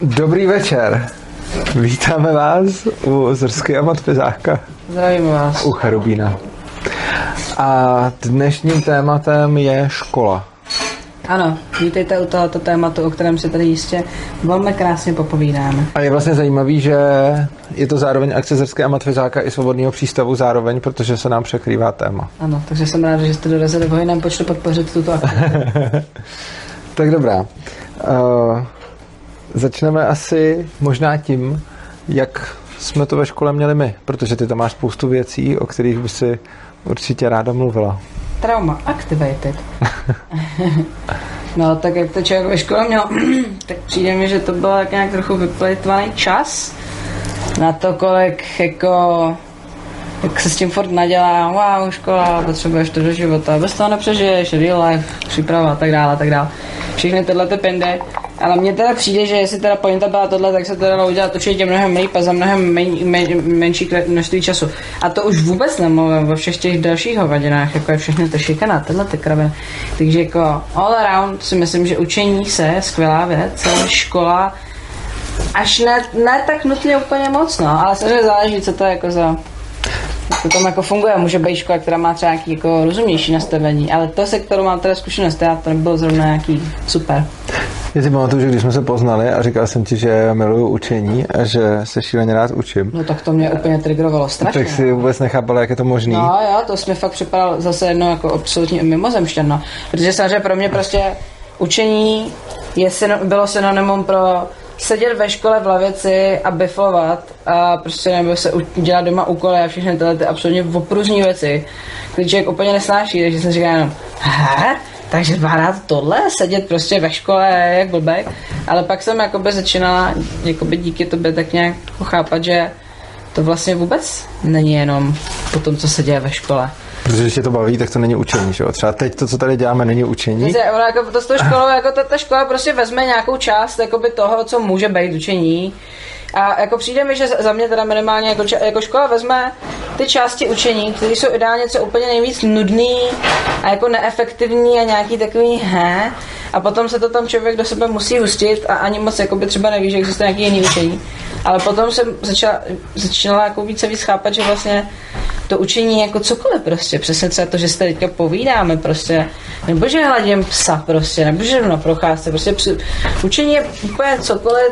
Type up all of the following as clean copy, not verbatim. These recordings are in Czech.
Dobrý večer. Vítáme vás u Zrského Matfizáka. Zdravím vás. U Cherubína. A dnešním tématem je škola. Ano, vítejte u tohoto tématu, o kterém si tady jistě velmi krásně popovídáme. A je vlastně zajímavý, že je to zároveň akce Zrského Matfizáka i Svobodného přístavu zároveň, protože se nám překrývá téma. Ano, takže jsem rád, že jste dorazili v hojném počtu podpořit tuto akci. Tak dobrá. Začneme asi možná tím, jak jsme to ve škole měli my, protože ty tam máš spoustu věcí, o kterých by si určitě ráda mluvila. Trauma activated. No, tak jak to člověk ve škole měl, tak přijde mi, že to byl tak nějak trochu vyplýtvaný čas na to, kolik jako jak se s tím furt nadělá, wow, škola, potřebuješ to do života, bez toho nepřežiješ, real life, příprava a tak dále, tak dále. Všechny tyhle ty pindy. Ale mně teda přijde, že jestli teda pointa byla tohle, tak se to dalo udělat určitě mnohem líp a za mnohem menší množství času. A to už vůbec nemluvím o všech těch dalších hovadinách, jako je všechny to šikana, tyhle ty kraviny. Takže jako all around si myslím, že učení se je skvělá věc, škola až ne tak nutně úplně moc, no, ale samozřejmě záleží, co to je jako za... To tam jako funguje, může být škola, která má třeba nějaký jako rozumnější nastavení, ale to, se kterou mám teda zkušenost, to nebylo zrovna nějaký super. Já si pamatuju, že když jsme se poznali a říkal jsem ti, že miluju učení a že se šíleně rád učím. No tak to mě úplně triggerovalo strašně. Tak si vůbec nechápala, jak je to možný. No jo, to jsi mi fakt připadal zase jedno jako absolutně mimozemštěn, no. Protože samozřejmě pro mě prostě učení bylo synonymum pro sedět ve škole v lavici a biflovat a prostě nebo se dělat doma úkoly a všechny tyhle ty absolutně opruzní věci, který člověk úplně nesnáší, takže jsem říkal jenom, takže dvakrát tohle, sedět prostě ve škole jak blbej, ale pak jsem jakoby začínala jakoby díky tobě tak nějak chápat, že to vlastně vůbec není jenom o tom, co se děje ve škole. Protože když tě to baví, tak to není učení, že jo? Třeba teď to, co tady děláme, není učení. Ono jako to s tou školou, jako ta škola prostě vezme nějakou část jakoby toho, co může být učení. A jako přijde mi, že za mě teda minimálně jako škola vezme ty části učení, které jsou ideálně co úplně nejvíc nudný a jako neefektivní a nějaký takový a potom se to tam člověk do sebe musí hustit a ani moc jakoby třeba neví, že existuje nějaký jiný učení. Ale potom jsem začala jako více víc chápat, že vlastně to učení jako cokoliv prostě, přesně třeba to, že se teďka povídáme prostě, nebo že hladím psa prostě, nebo že jdu na procházce, prostě učení je úplně cokoliv,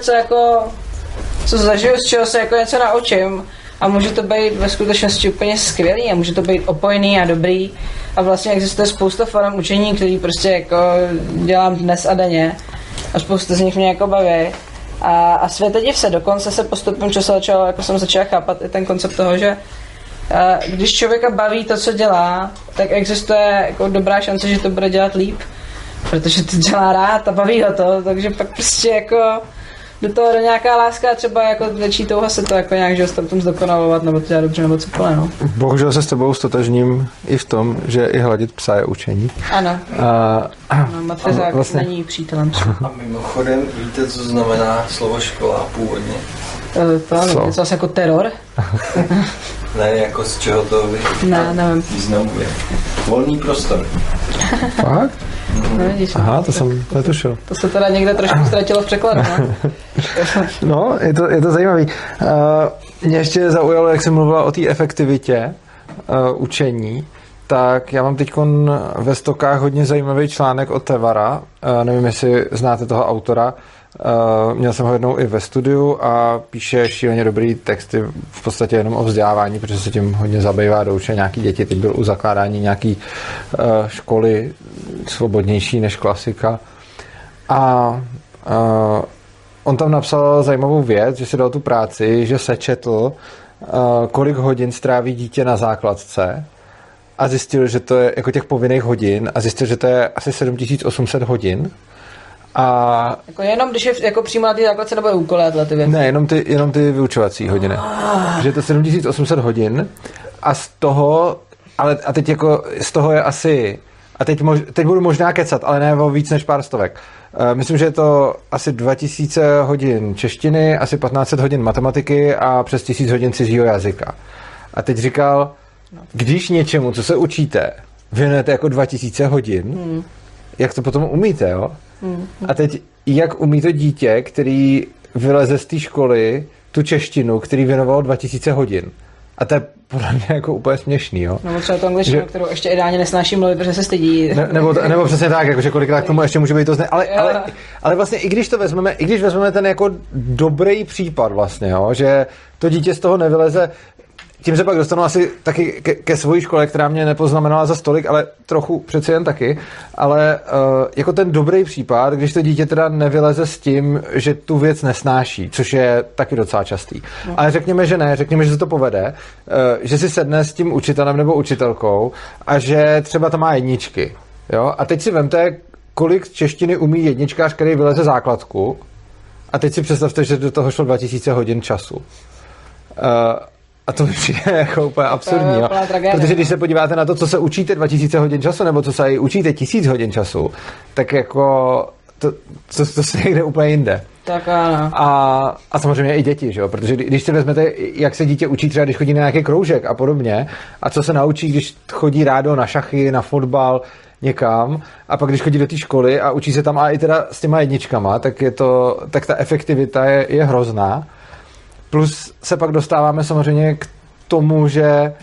co zažiju, z čeho se jako něco naučím a může to být ve skutečnosti úplně skvělý a může to být opojný a dobrý a vlastně existuje spousta forem učení, který prostě jako dělám dnes a denně a spousta z nich mě jako baví a světe div se, dokonce se postupem času jsem začala chápat i ten koncept toho, že když člověka baví to, co dělá, tak existuje jako dobrá šance, že to bude dělat líp, protože to dělá rád a baví ho to, takže pak prostě jako do toho nějaká láska a třeba jako větší touha se to jako nějak, že ho tam zdokonalovat nebo to dělat dobře nebo cokoliv, no. Bohužel se s tebou stotožním i v tom, že i hladit psa je učení. Ano. No, Matfizák vlastně není přítelem. A mimochodem, víte, co znamená slovo škola původně? To něco asi jako teror? Ne, jako z čeho to nevím. významuje. Volný prostor. Fakt? No, vidíš, aha, to jsem netušil. To se teda někde trošku ztratilo v překladu, no? No, je to zajímavý. Mě ještě zaujalo, jak jsem mluvila o té efektivitě učení, tak já mám teď ve stokách hodně zajímavý článek od Tevara. Nevím, jestli znáte toho autora. Měl jsem ho jednou i ve studiu a píše šíleně dobrý texty v podstatě jenom o vzdělávání, protože se tím hodně zabývá, doučuje nějaký děti. Teď byl u zakládání nějaký školy svobodnější než klasika. A on tam napsal zajímavou věc, že si dal tu práci, že sečetl, kolik hodin stráví dítě na základce a zjistil, že to je jako těch povinných hodin a zjistil, že to je asi 7800 hodin. A jako jenom když je jako přímo na té základce nebo je úkoly a ty věci? Ne, jenom ty vyučovací hodiny. Že je to 7800 hodin a z toho, a teď jako z toho je asi, a teď budu možná kecat, ale ne o víc než pár stovek. Myslím, že je to asi 2000 hodin češtiny, asi 1500 hodin matematiky a přes 1000 hodin cizího jazyka. A teď říkal, když něčemu, co se učíte, věnujete jako 2000 hodin, jak to potom umíte, jo? A teď, jak umí to dítě, který vyleze z té školy tu češtinu, který věnoval 2000 hodin. A to je podle mě jako úplně směšný, jo. Nebo třeba tu angličtinu, kterou ještě ideálně nesnáší mluvit, protože se stydí. Nebo přesně tak, jakože kolikrát k tomu ještě může být to ale vlastně i když vezmeme ten jako dobrý případ vlastně, jo, že to dítě z toho nevyleze, tím se pak dostanu asi taky ke svojí škole, která mě nepoznamenala za stolik, ale trochu přeci jen taky, ale jako ten dobrý případ, když to dítě teda nevyleze s tím, že tu věc nesnáší, což je taky docela častý. Ale řekněme, že ne, řekněme, že se to povede, že si sedne s tím učitelem nebo učitelkou a že třeba tam má jedničky. Jo? A teď si vemte, kolik češtiny umí jedničkář, který vyleze základku, a teď si představte, že do toho šlo 2000 hodin času. A to mi přijde jako úplně absurdní. Jo? Protože když se podíváte na to, co se učíte 2000 hodin času, nebo co se učíte 1000 hodin času, tak jako to se někde úplně jinde. Tak ano. A samozřejmě i děti, že jo? Protože když si vezmete, jak se dítě učí třeba, když chodí na nějaký kroužek a podobně, a co se naučí, když chodí rádo na šachy, na fotbal, někam, a pak když chodí do té školy a učí se tam a i teda s těma jedničkama, tak ta efektivita je hrozná. Plus se pak dostáváme samozřejmě k tomu, že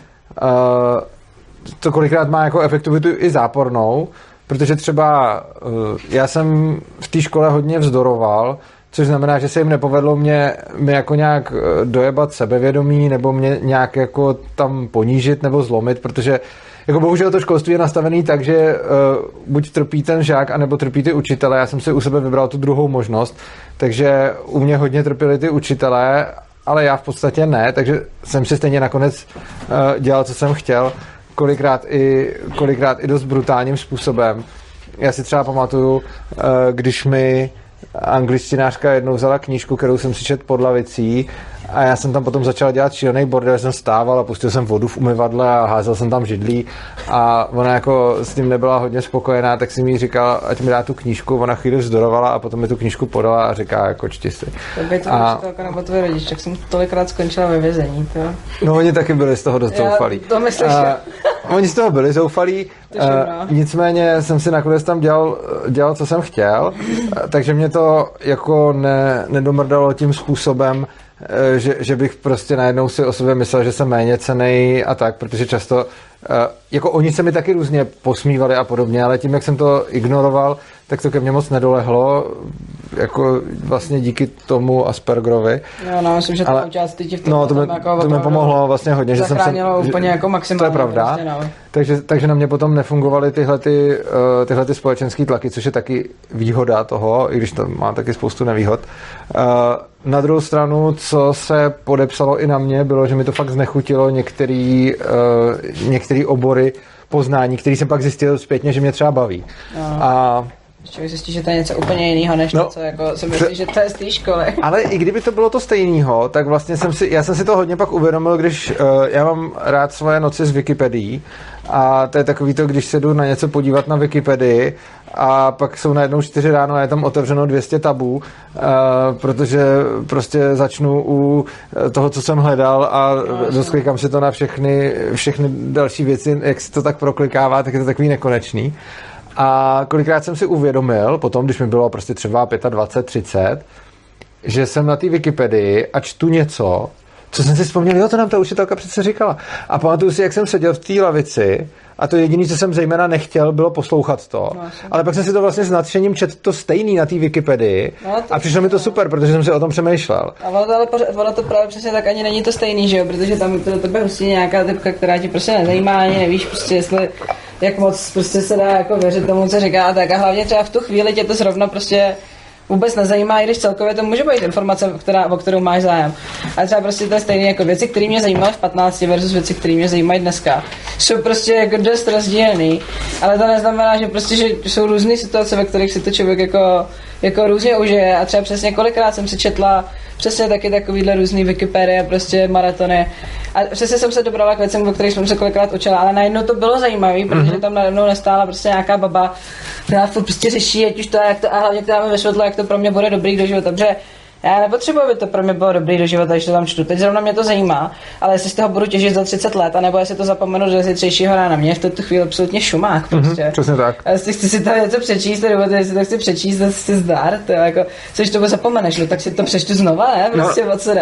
to kolikrát má jako efektivitu i zápornou, protože třeba já jsem v té škole hodně vzdoroval, což znamená, že se jim nepovedlo mě jako nějak dojebat sebevědomí nebo mě nějak jako tam ponížit nebo zlomit, protože jako bohužel to školství je nastavený tak, že buď trpí ten žák, anebo trpí ty učitelé. Já jsem si u sebe vybral tu druhou možnost, takže u mě hodně trpěli ty učitelé, ale já v podstatě ne, takže jsem si stejně nakonec dělal, co jsem chtěl, kolikrát i dost brutálním způsobem. Já si třeba pamatuju, když mi angličtinářka jednou vzala knížku, kterou jsem si četl pod lavicí, a já jsem tam potom začal dělat šílený bordel, jsem stával a pustil jsem vodu v umyvadle a házel jsem tam židlí a ona jako s tím nebyla hodně spokojená, tak si mi říkala, ať mi dá tu knížku, ona chvíli vzdorovala a potom mi tu knížku podala a říká, jako čti si. Tak by to učitelka nebo tvůj rodič, tak jsem tolikrát skončila ve vězení. To... No oni taky byli z toho dost zoufalí. To myslíš, oni z toho byli zoufalí, nicméně jsem si nakonec tam dělal, co jsem chtěl, takže mě to jako nedomrdalo tím způsobem, že bych prostě najednou si o sobě myslel, že jsem méně cennej a tak, protože často jako oni se mi taky různě posmívali a podobně, ale tím, jak jsem to ignoroval, tak to ke mně moc nedolehlo, jako vlastně díky tomu Aspergerovi. Jo, no, myslím, že to účastí ti v tom to mi pomohlo vlastně hodně, že jsem se úplně jako maximálně. To je pravda. Prostě, takže na mě potom nefungovaly tyhle společenské tlaky, což je taky výhoda toho, i když to má taky spoustu nevýhod. Na druhou stranu, co se podepsalo i na mě, bylo, že mi to fakt znechutilo některé obory poznání, který jsem pak zjistil zpětně, že mě třeba baví. A člověk zjistí, že to je něco úplně jiného, než to, co jako si myslí, že to je z té školy. Ale i kdyby to bylo to stejného, tak vlastně já jsem si to hodně pak uvědomil, když já mám rád svoje noci z Wikipedii a to je takový to, když se jdu na něco podívat na Wikipedii a pak jsou najednou 4 ráno a je tam otevřeno 200 tabů, protože prostě začnu u toho, co jsem hledal a rozklikám si to na všechny další věci, jak si to tak proklikává, tak je to takový nekonečný. A kolikrát jsem si uvědomil, potom, když mi bylo prostě třeba 25, 30, že jsem na té Wikipedii a čtu něco, co jsem si vzpomněl, jo, to nám ta učitelka přece říkala. A pamatuju si, jak jsem seděl v té lavici a to jediné, co jsem zejména nechtěl, bylo poslouchat to. No, ale pak jsem si to vlastně s nadšením četl to stejný na té Wikipedii a přišlo mi to super, protože jsem si o tom přemýšlel. A ono to právě přesně tak ani není to stejný, že jo, protože tam pro tebe prostě nějaká typka, která ti prostě nezajímá, ani nevíš prostě, jestli jak moc prostě se dá jako věřit tomu, co říká, tak a hlavně třeba v tu chvíli tě to zrovna prostě vůbec nezajímá, i když celkově to může být informace, o kterou máš zájem. Ale třeba prostě to je stejné jako věci, které mě zajímaly v 15 versus věci, které mě zajímají dneska. Jsou prostě jako dost rozdílný, ale to neznamená, že prostě že jsou různé situace, ve kterých si to člověk jako různě užije a třeba přesně kolikrát jsem si četla přesně taky takovýhle různý Wikipedie, prostě maratony. A přesně jsem se dobrala k věcem, o kterých jsem se kolikrát učila, ale najednou to bylo zajímavé, protože tam nade mnou nestála prostě nějaká baba, která to prostě řeší, ať už to, jak to, a hlavně která mi vysvětlila, jak to pro mě bude dobrý do života, protože Já nepotřebuji, aby to pro mě bylo dobrý do života, když to tam čtu. Teď zrovna mě to zajímá, ale jestli z toho budu těžit za 30 let, anebo jestli to zapomenu do zítřejšího rána, mě v tuto chvíli absolutně šumák prostě. Přesně tak. A jestli chci si tam něco přečíst, nebo jestli to chci přečíst, to si zdar, to jako, což to zapomeneš, no, tak si to přečtu znova, ne? Prostě o co jde.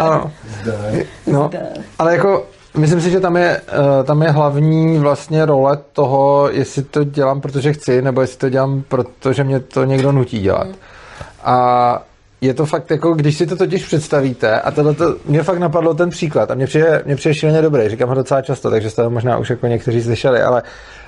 No, ale jako myslím si, že tam je hlavní vlastně role toho, jestli to dělám, protože chci, nebo jestli to dělám, protože mě to někdo nutí dělat. A je to fakt jako, když si to totiž představíte, a tohleto, mě fakt napadlo ten příklad a mě přijde šíleně dobrý, říkám ho docela často, takže jste ho možná už jako někteří slyšeli, ale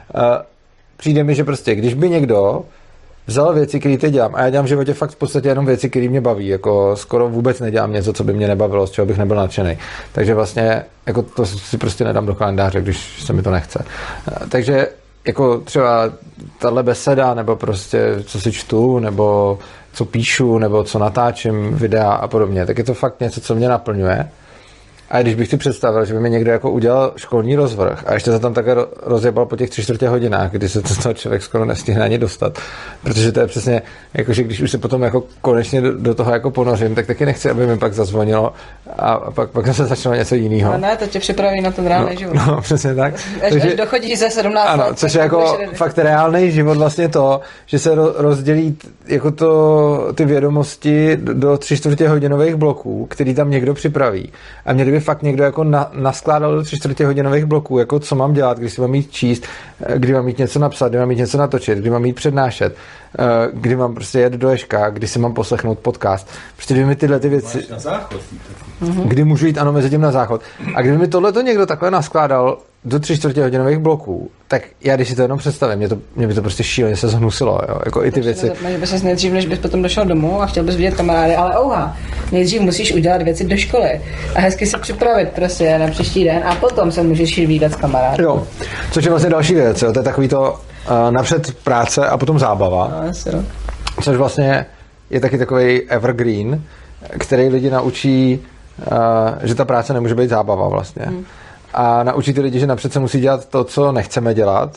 přijde mi, že prostě, když by někdo vzal věci, které teď dělám, a já dělám v životě fakt v podstatě jenom věci, které mě baví, jako skoro vůbec nedělám něco, co by mě nebavilo, z čeho bych nebyl nadšený. Takže vlastně jako to si prostě nedám do kalendáře, když se mi to nechce. Takže jako třeba tahle beseda, nebo prostě co si čtu, nebo co píšu, nebo co natáčím videa a podobně, tak je to fakt něco, co mě naplňuje. A když bych si představil, že by mi někdo jako udělal školní rozvrh a ještě se tam také rozjebal po těch 3/4 hodinách, kdy se to člověk skoro nestihne ani dostat, protože to je přesně, jako, že když už se potom jako konečně do toho jako ponořím, tak taky nechci, aby mi pak zazvonilo a pak se začalo něco jiného. No ne, to tě připraví na ten reálný život. No, přesně tak. Až dochodíš ze 17 ano, let. což je jako fakt reálný život vlastně to, že se rozdělí jako ty vědomosti do 3/4 hodinových bloků, který tam někdo připraví. A mě kdyby fakt někdo jako naskládal do 3/4 hodinových bloků, jako co mám dělat, když si mám mít číst, kdy mám mít něco napsat, kdy mám mít něco natočit, kdy mám mít přednášet, kdy mám prostě jet do Ježka, kdy si mám poslechnout podcast. Prostě kdyby mi tyhle ty věci... Na záchod. Kdy můžu jít, ano, mezi tím na záchod. A kdyby mi tohleto někdo takhle naskládal do 3/4 hodinových bloků, tak já když si to jenom představím, mě by to prostě šíleně se zhnusilo, jo? Jako i ty věci. Že by ses nejdřív, než bys potom došel domů a chtěl bys vidět kamarády, ale nejdřív musíš udělat věci do školy a hezky se připravit prostě na příští den a potom se můžeš jít vídat s kamarády. Jo, což je vlastně další věc, jo? To je takový to napřed práce a potom zábava, což vlastně je taky takový evergreen, který lidi naučí, že ta práce nemůže být zábava vlastně. A naučí ty lidi, že napřed se musí dělat to, co nechceme dělat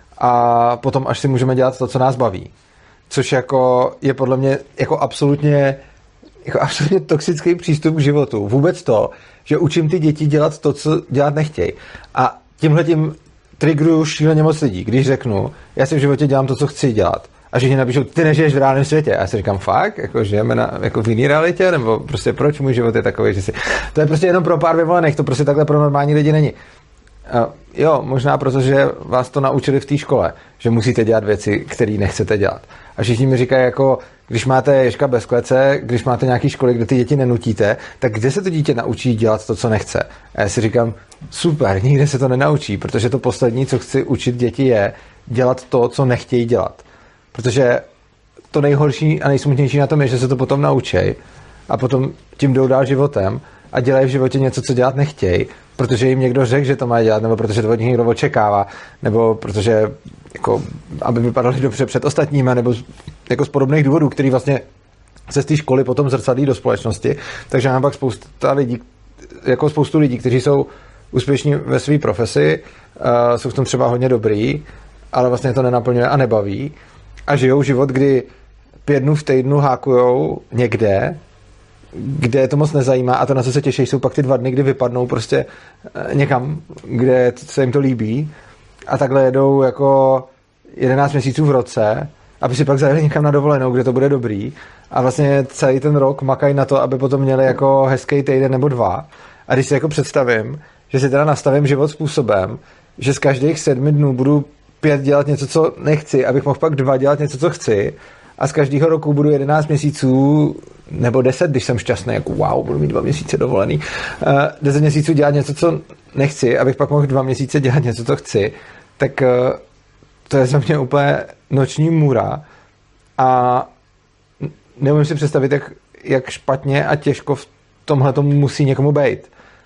a potom až si můžeme dělat to, co nás baví. Což jako je podle mě jako absolutně toxický přístup k životu. Vůbec to, že učím ty děti dělat to, co dělat nechtějí. A tímhletím triggeruju šíleně moc lidí, když řeknu, já si v životě dělám to, co chci dělat. A všichni napíšou, ty nežiješ v reálném světě. A já si říkám, fakt? Jako žijeme jako v jiný realitě? Nebo prostě proč můj život je takový, že si... To je prostě jenom pro pár vyvolených, to prostě takhle pro normální lidi není. Jo, možná protože vás to naučili v té škole, že musíte dělat věci, které nechcete dělat. A všichni mi říkají, jako, když máte Ježka bez klece, když máte nějaký školy, kde ty děti nenutíte, tak kde se to dítě naučí dělat to, co nechce? A já si říkám, super, nikde se to nenaučí, protože to poslední, co chci učit děti, je dělat to, co nechtějí dělat. Protože to nejhorší a nejsmutnější na tom je, že se to potom naučí a potom tím jdou dál životem a dělají v životě něco, co dělat nechtějí, protože jim někdo řekl, že to má dělat, nebo protože to od nich někdo očekává, nebo protože jako, aby vypadali dobře před ostatníma, nebo jako z podobných důvodů, který vlastně se z té školy potom zrcadlí do společnosti. Takže mám pak spoustu lidí, kteří jsou úspěšní ve své profesi, jsou v tom třeba hodně dobrý, ale vlastně to nenaplňuje a nebaví a žijou život, kdy 5 dnů v týdnu hákujou někde, kde to moc nezajímá a to, na co se těší, jsou pak ty 2 dny, kdy vypadnou prostě někam, kde se jim to líbí a takhle jedou jako 11 měsíců v roce, aby si pak zajeli někam na dovolenou, kde to bude dobrý a vlastně celý ten rok makají na to, aby potom měli jako hezký týden nebo 2. A když si jako představím, že si teda nastavím život způsobem, že z každých 7 dnů budu 5 dělat něco, co nechci, abych mohl pak 2 dělat něco, co chci a z každého roku budu 11 měsíců nebo 10, když jsem šťastný, jako wow, budu mít 2 měsíce dovolený, 10 měsíců dělat něco, co nechci, abych pak mohl 2 měsíce dělat něco, co chci, tak to je za mě úplně noční můra a neumím si představit, jak špatně a těžko v tomhle tomu musí někomu být.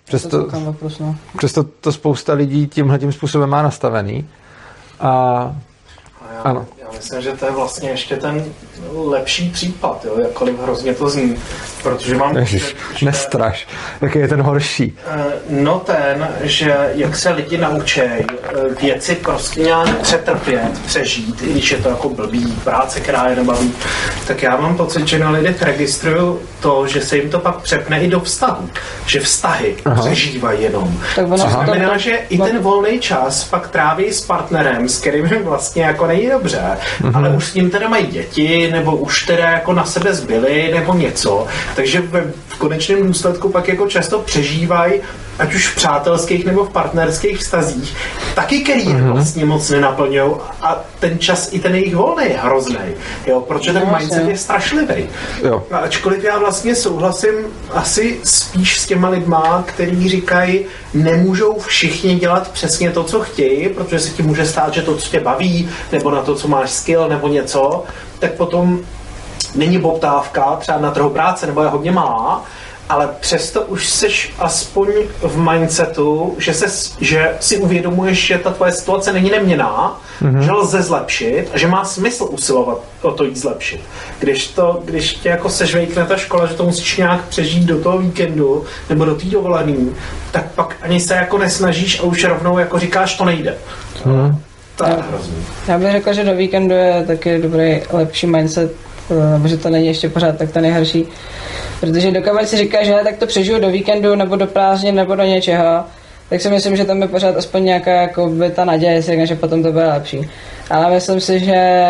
Přesto to spousta lidí tímhletím způsobem má nastavený. Ano. Já myslím, že to je vlastně ještě ten lepší případ, jo, jakkoliv hrozně to zní, protože mám... Ježiš, nestraš, jaký je ten horší? No že jak se lidi naučej věci prostě nějak přetrpět, přežít, i když je to jako blbý práce, která je nebaví, tak já mám pocit, že na lidech registruju to, že se jim to pak přepne i do vztahu, že vztahy přežívají jenom. Což znamená, že i ten volný čas pak tráví s partnerem, s kterým vlastně jako není dobře, ale už s ním teda mají děti, nebo už teda jako na sebe zbyli, nebo něco. Takže v konečném důsledku pak jako často přežívají, ať už v přátelských nebo v partnerských vztazích, taky který vlastně moc nenaplňují a ten čas i ten jejich volný je hrozný, jo, protože ten mindset je strašlivý. Ačkoliv já vlastně souhlasím asi spíš s těma lidma, kteří říkají, nemůžou všichni dělat přesně to, co chtějí, protože se ti může stát, že to, co tě baví, nebo na to, co máš skill, nebo něco, tak potom není poptávka třeba na trhu práce, nebo je hodně malá, ale přesto už seš aspoň v mindsetu, že si uvědomuješ, že ta tvoje situace není neměnná, že lze zlepšit a že má smysl usilovat o to jít zlepšit. Když tě jako sežvejkne ta škola, že to musíš nějak přežít do toho víkendu nebo do té dovolený, tak pak ani se jako nesnažíš a už rovnou jako říkáš, to nejde. To je hrozný. Já bych řekl, že do víkendu je taky dobrý, lepší mindset, protože to není ještě pořád tak ten nejhorší. Protože dokud si říká, že tak to přežiju do víkendu, nebo do prázdnin, nebo do něčeho, tak si myslím, že tam je pořád aspoň nějaká jako by ta naděje, že potom to bude lepší. Ale myslím si, že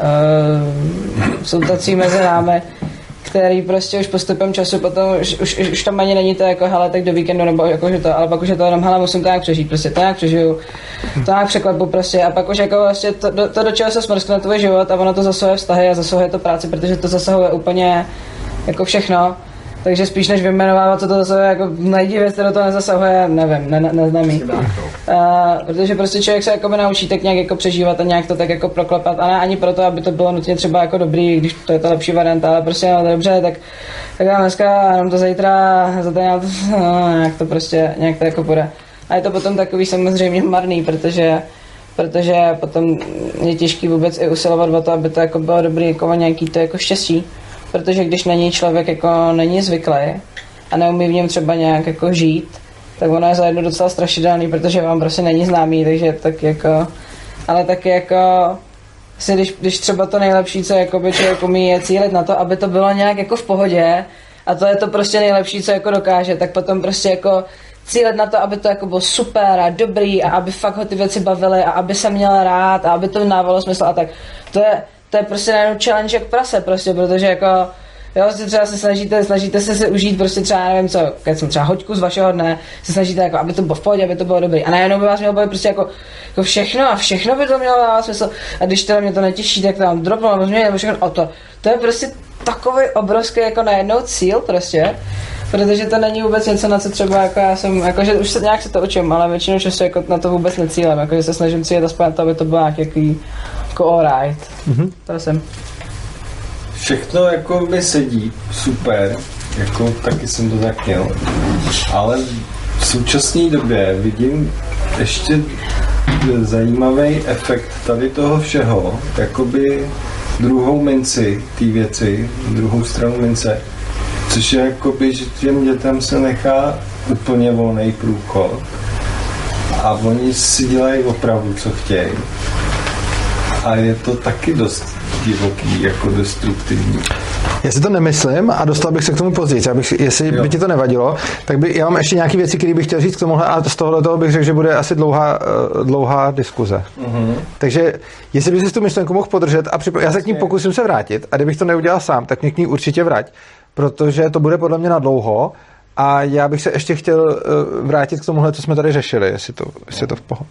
jsou tací mezi námi, který prostě už postupem času potom, už tam ani není to jako hele, tak do víkendu, nebo jako že to, ale pak už je to jenom hele, musím to nějak přežít, prostě to nějak přežiju, to nějak překlepu prostě a pak už jako vlastně to do čeho se smrskne tvůj život a ono to zasahuje vztahy a zasahuje to práci, protože to zasahuje úplně jako všechno. Takže spíš než vyjmenovávat, co to zasahuje, jako najdi věc, kterou to nezasahuje, nevím, neznám jí. Protože prostě člověk se jakoby naučí tak nějak jako přežívat a nějak to tak jako proklepat, a ne ani proto, aby to bylo nutně třeba jako dobrý, když to je ta lepší varianta, ale prostě no, dobře, tak já dneska, jenom to zítra, nějak to prostě, nějak to jako půjde. A je to potom takový samozřejmě marný, protože potom je těžký vůbec i usilovat o to, aby to jako bylo dobrý, jako nějaký to jako štěstí. Protože když není člověk jako není zvyklý a neumí v něm třeba nějak jako žít, tak ono je za jedno docela strašidelný, protože vám prostě není známý, takže tak jako, ale taky jako když třeba to nejlepší, co jakoby člověk umí, je cílit na to, aby to bylo nějak jako v pohodě a to je to prostě nejlepší, co jako dokáže, tak potom prostě jako cílit na to, aby to jako bylo super a dobrý a aby fakt ho ty věci bavily a aby se měl rád a aby to dávalo smysl a tak. To je prostě najednou challenge jak prase prostě, protože jako jo, třeba se snažíte se užít prostě třeba nevím co, když jsem třeba hoďku z vašeho dne, se snažíte jako, aby to bylo v pohodě, aby to bylo dobrý a najednou by vás mělo bavit prostě jako všechno a všechno by to mělo dávat smysl a když teda mě to netěší, tak tam dropnu nebo změně nebo všechno, to je prostě takový obrovský jako najednou cíl prostě, protože to není vůbec něco, na co třeba jako já jsem, jakože už nějak se to učím, ale většinou času jako na to vůbec necílem, jakože se snažím cílit aspoň to, aby to bylo nějaký jako alright. To jsem. Všechno jako mi sedí, super, jako taky jsem to tak měl, ale v současné době vidím ještě zajímavý efekt tady toho všeho, jakoby druhou minci té věci, druhou stranu mince, což je jakoby, že těm dětem se nechá úplně volný průchod a oni si dělají opravdu, co chtějí. A je to taky dost divoký, jako destruktivní. Já si to nemyslím a dostal bych se k tomu později. Jestli by ti to nevadilo, tak já mám ještě nějaké věci, které bych chtěl říct k tomuhle a z tohoto bych řekl, že bude asi dlouhá diskuze. Takže jestli bys si tu myšlenku mohl podržet a já se k ní pokusím se vrátit a kdybych to neudělal sám, tak mě k ní určitě vrať, protože to bude podle mě na dlouho a já bych se ještě chtěl vrátit k tomuhle, co jsme tady řešili, jestli to v pohodě.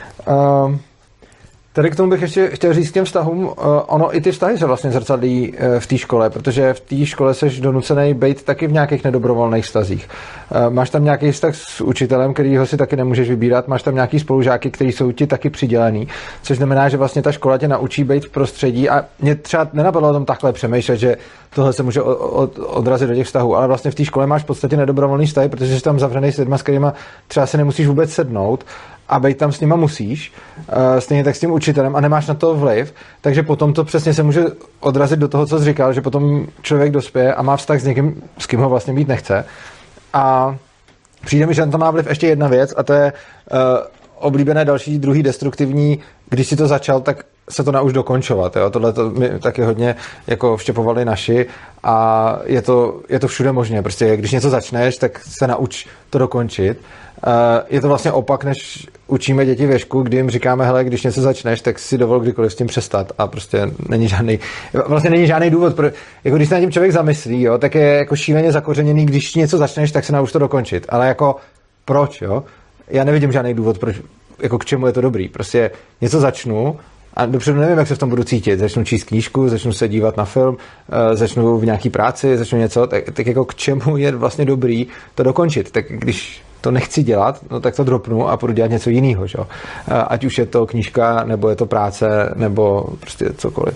Tady k tomu bych ještě chtěl říct k těm vztahům, ono i ty vztahy se vlastně zrcadlí v té škole, protože v té škole seš donucený být taky v nějakých nedobrovolných vztazích. Máš tam nějaký vztah s učitelem, kterýho si taky nemůžeš vybírat, máš tam nějaký spolužáky, kteří jsou ti taky přidělený, což znamená, že vlastně ta škola tě naučí být v prostředí a mě třeba nenapadlo o tom takhle přemýšlet, že tohle se může odrazit do těch vztahů, ale vlastně v té škole máš v podstatě nedobrovolný vztahy, protože jsi tam zavřený s lidma, s kterýma třeba si nemusíš vůbec sednout a bejt tam s nima musíš, stejně tak s tím učitelem a nemáš na to vliv, takže potom to přesně se může odrazit do toho, co jsi říkal, že potom člověk dospěje a má vztah s někým, s kým ho vlastně mít nechce. A přijde mi, že na to má vliv ještě jedna věc a to je oblíbené další, druhý destruktivní, když si to začal, tak se to nauč dokončovat. Jo? Tohle to mi taky hodně jako vštěpovali naši a je to všude možné. Prostě když něco začneš, tak se nauč to dokončit. Je to vlastně opak, než učíme děti věšku, kdy jim říkáme, hele, když něco začneš, tak si dovol kdykoliv s tím přestat a prostě není žádný důvod. Jako když se na tím člověk zamyslí, jo, tak je jako šíleně zakořeněný, když něco začneš, tak se nauč to dokončit. Ale jako proč, jo? Já nevidím žádný důvod, proč, jako k čemu je to dobrý. Prostě něco začnu a dopředu nevím, jak se v tom budu cítit. Začnu číst knížku, začnu se dívat na film, začnu v nějaký práci, začnu něco, tak jako k čemu je vlastně dobrý to dokončit. Tak když to nechci dělat, no tak to dropnu a půjdu dělat něco jiného, že? Ať už je to knížka, nebo je to práce, nebo prostě cokoliv.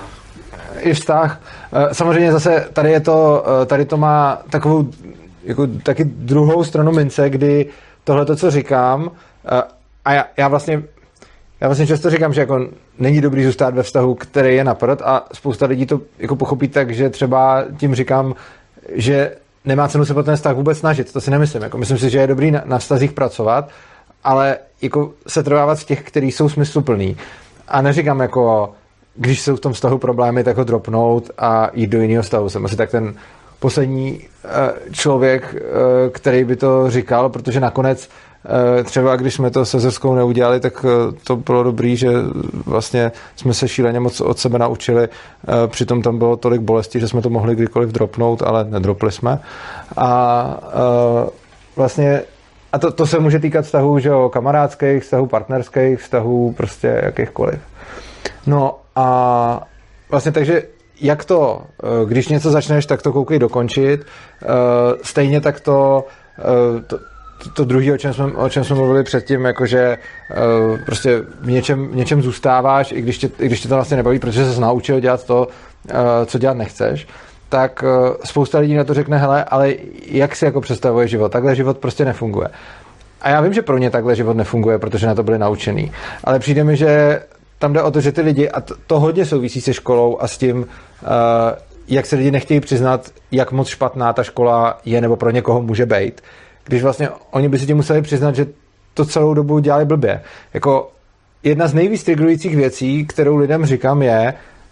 I vztah. Samozřejmě zase tady to má takovou jako taky druhou stranu mince, kdy tohle, co říkám, a já vlastně často říkám, že jako není dobrý zůstat ve vztahu, který je na prd a spousta lidí to jako pochopí tak, že třeba tím říkám, že nemá cenu se pro ten vztah vůbec snažit, to si nemyslím. Jako myslím si, že je dobrý na vztazích pracovat, ale jako se trvávat v těch, který jsou smysluplný. A neříkám jako, když jsou v tom vztahu problémy, tak ho dropnout a jít do jiného vztahu. Jsem asi tak ten poslední člověk, který by to říkal, protože nakonec třeba když jsme to se Zerskou neudělali, tak to bylo dobrý, že vlastně jsme se šíleně moc od sebe naučili. Přitom tam bylo tolik bolesti, že jsme to mohli kdykoliv dropnout, ale nedropli jsme. A vlastně a to se může týkat vztahů, že jo, kamarádských, vztahů partnerských, vztahů prostě jakýchkoliv. No a vlastně takže jak to, když něco začneš, tak to koukej dokončit. Stejně tak to druhé, o čem jsme mluvili předtím, jakože prostě v něčem zůstáváš, i když tě to vlastně nebaví, protože jsi naučil dělat to, co dělat nechceš, tak spousta lidí na to řekne, hele, ale jak si jako představuje život? Takhle život prostě nefunguje. A já vím, že pro ně takhle život nefunguje, protože na to byli naučený. Ale přijde mi, že tam jde o to, že ty lidi, a to hodně souvisí se školou a s tím, jak se lidi nechtějí přiznat, jak moc špatná ta škola je nebo pro někoho může být, když vlastně oni by si tím museli přiznat, že to celou dobu dělali blbě. Jako jedna z nejvíc triggerujících věcí, kterou lidem říkám, je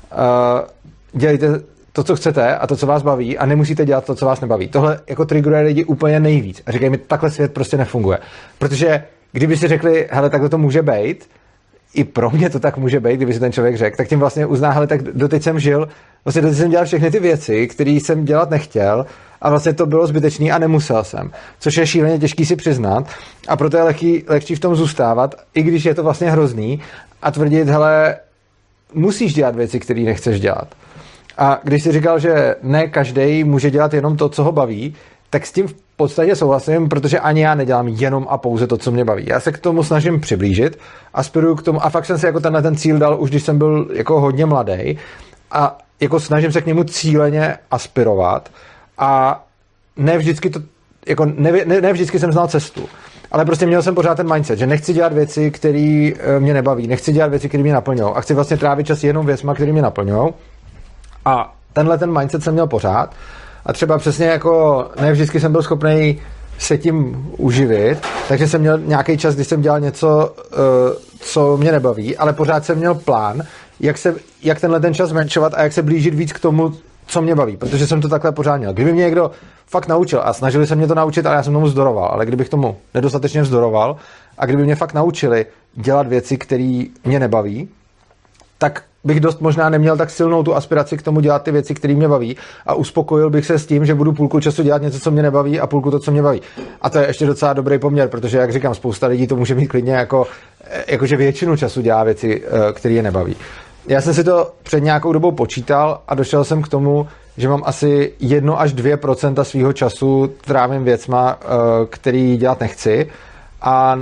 dělejte to, co chcete a to, co vás baví a nemusíte dělat to, co vás nebaví. Tohle jako triggeruje lidi úplně nejvíc a říkají mi, takhle svět prostě nefunguje. Protože kdyby si řekli, hele, takhle to může být, i pro mě to tak může být, kdyby si ten člověk řekl, tak tím vlastně uzná, hele, tak doteď jsem žil, vlastně doteď jsem dělal všechny ty věci, které jsem dělat nechtěl a vlastně to bylo zbytečný a nemusel jsem. Což je šíleně těžký si přiznat a proto je lehčí v tom zůstávat, i když je to vlastně hrozný a tvrdit, hele, musíš dělat věci, které nechceš dělat. A když jsi říkal, že ne každý může dělat jenom to, co ho baví, tak s tím v podstatě souhlasím, protože ani já nedělám jenom a pouze to, co mě baví. Já se k tomu snažím přiblížit, aspiruju k tomu a fakt jsem si jako ten cíl dal už, když jsem byl jako hodně mladý a jako snažím se k němu cíleně aspirovat a ne vždycky to, jako ne vždycky jsem znal cestu, ale prostě měl jsem pořád ten mindset, že nechci dělat věci, které mě nebaví, nechci dělat věci, které mě naplňují a chci vlastně trávit čas jenom věcma, které mě naplňují. A ten mindset jsem měl pořád. A třeba přesně jako ne vždycky jsem byl schopný se tím uživit, takže jsem měl nějaký čas, kdy jsem dělal něco, co mě nebaví, ale pořád jsem měl plán, jak tenhle ten čas zmenšovat a jak se blížit víc k tomu, co mě baví, protože jsem to takhle pořád měl. Kdyby mě někdo fakt naučil a snažili se mě to naučit, ale já jsem tomu vzdoroval, ale kdybych tomu nedostatečně vzdoroval a kdyby mě fakt naučili dělat věci, které mě nebaví, tak bych dost možná neměl tak silnou tu aspiraci k tomu dělat ty věci, které mě baví a uspokojil bych se s tím, že budu půlku času dělat něco, co mě nebaví a půlku to, co mě baví. A to je ještě docela dobrý poměr, protože, jak říkám, spousta lidí to může mít klidně jakože většinu času dělá věci, které je nebaví. Já jsem si to před nějakou dobou počítal a došel jsem k tomu, že mám asi 1 až 2% svýho času trávím věcma, který dělat nechci a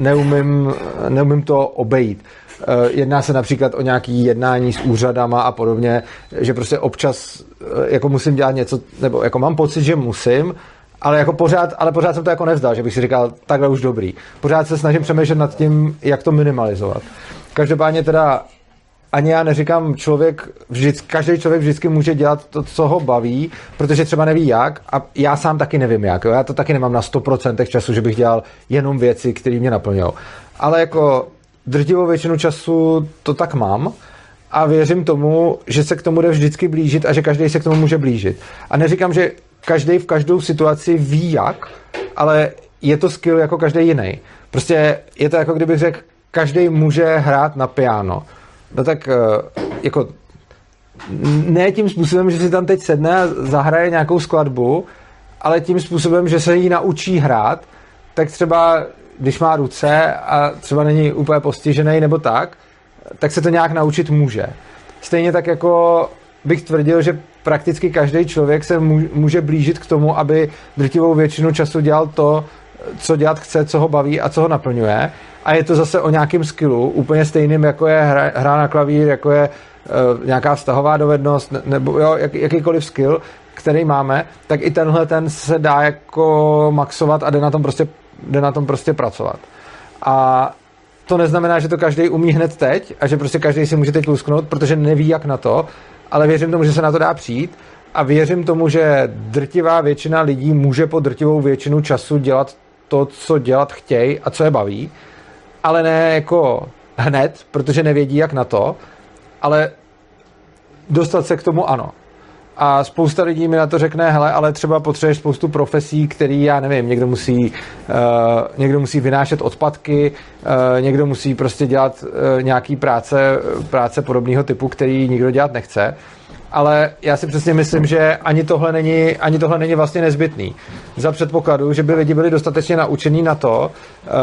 neumím to obejít. Jedná se například o nějaký jednání s úřadama a podobně, že prostě občas jako musím dělat něco, nebo jako mám pocit, že musím ale jako pořád jsem to jako nevzdal, že bych si říkal, takhle už dobrý. Pořád se snažím přemýšlet nad tím, jak to minimalizovat. Každopádně teda ani já neříkám, každý člověk vždycky může dělat to, co ho baví, protože třeba neví jak a já sám taky nevím jak. Jo? Já to taky nemám na 100% času, že bych dělal jenom věci, které mě naplňují. Ale jako drtivou většinu času to tak mám a věřím tomu, že se k tomu jde vždycky blížit a že každý se k tomu může blížit. A neříkám, že každý v každou situaci ví jak, ale je to skill jako každý jiný. Prostě je to jako kdybych řekl, každý může hrát na piano. No tak jako ne tím způsobem, že si tam teď sedne a zahraje nějakou skladbu, ale tím způsobem, že se jí naučí hrát, tak třeba když má ruce a třeba není úplně postižený nebo tak se to nějak naučit může. Stejně tak jako bych tvrdil, že prakticky každý člověk se může blížit k tomu, aby drtivou většinu času dělal to, co dělat chce, co ho baví a co ho naplňuje. A je to zase o nějakém skillu, úplně stejným, jako je hra na klavír, jako je nějaká vztahová dovednost, nebo jo, jakýkoliv skill, který máme, tak i tenhle ten se dá jako maxovat a jde na tom prostě pracovat. A to neznamená, že to každý umí hned teď a že prostě každý si může teď lusknout, protože neví jak na to, ale věřím tomu, že se na to dá přijít a věřím tomu, že drtivá většina lidí může po drtivou většinu času dělat to, co dělat chtějí a co je baví, ale ne jako hned, protože nevědí jak na to, ale dostat se k tomu ano. A spousta lidí mi na to řekne, hele, ale třeba potřebuješ spoustu profesí, který, já nevím, někdo musí vynášet odpadky, někdo musí prostě dělat nějaký práce podobného typu, který nikdo dělat nechce. Ale já si přesně myslím, že ani tohle není vlastně nezbytný. Za předpokladu, že by lidi byli dostatečně naučení na to,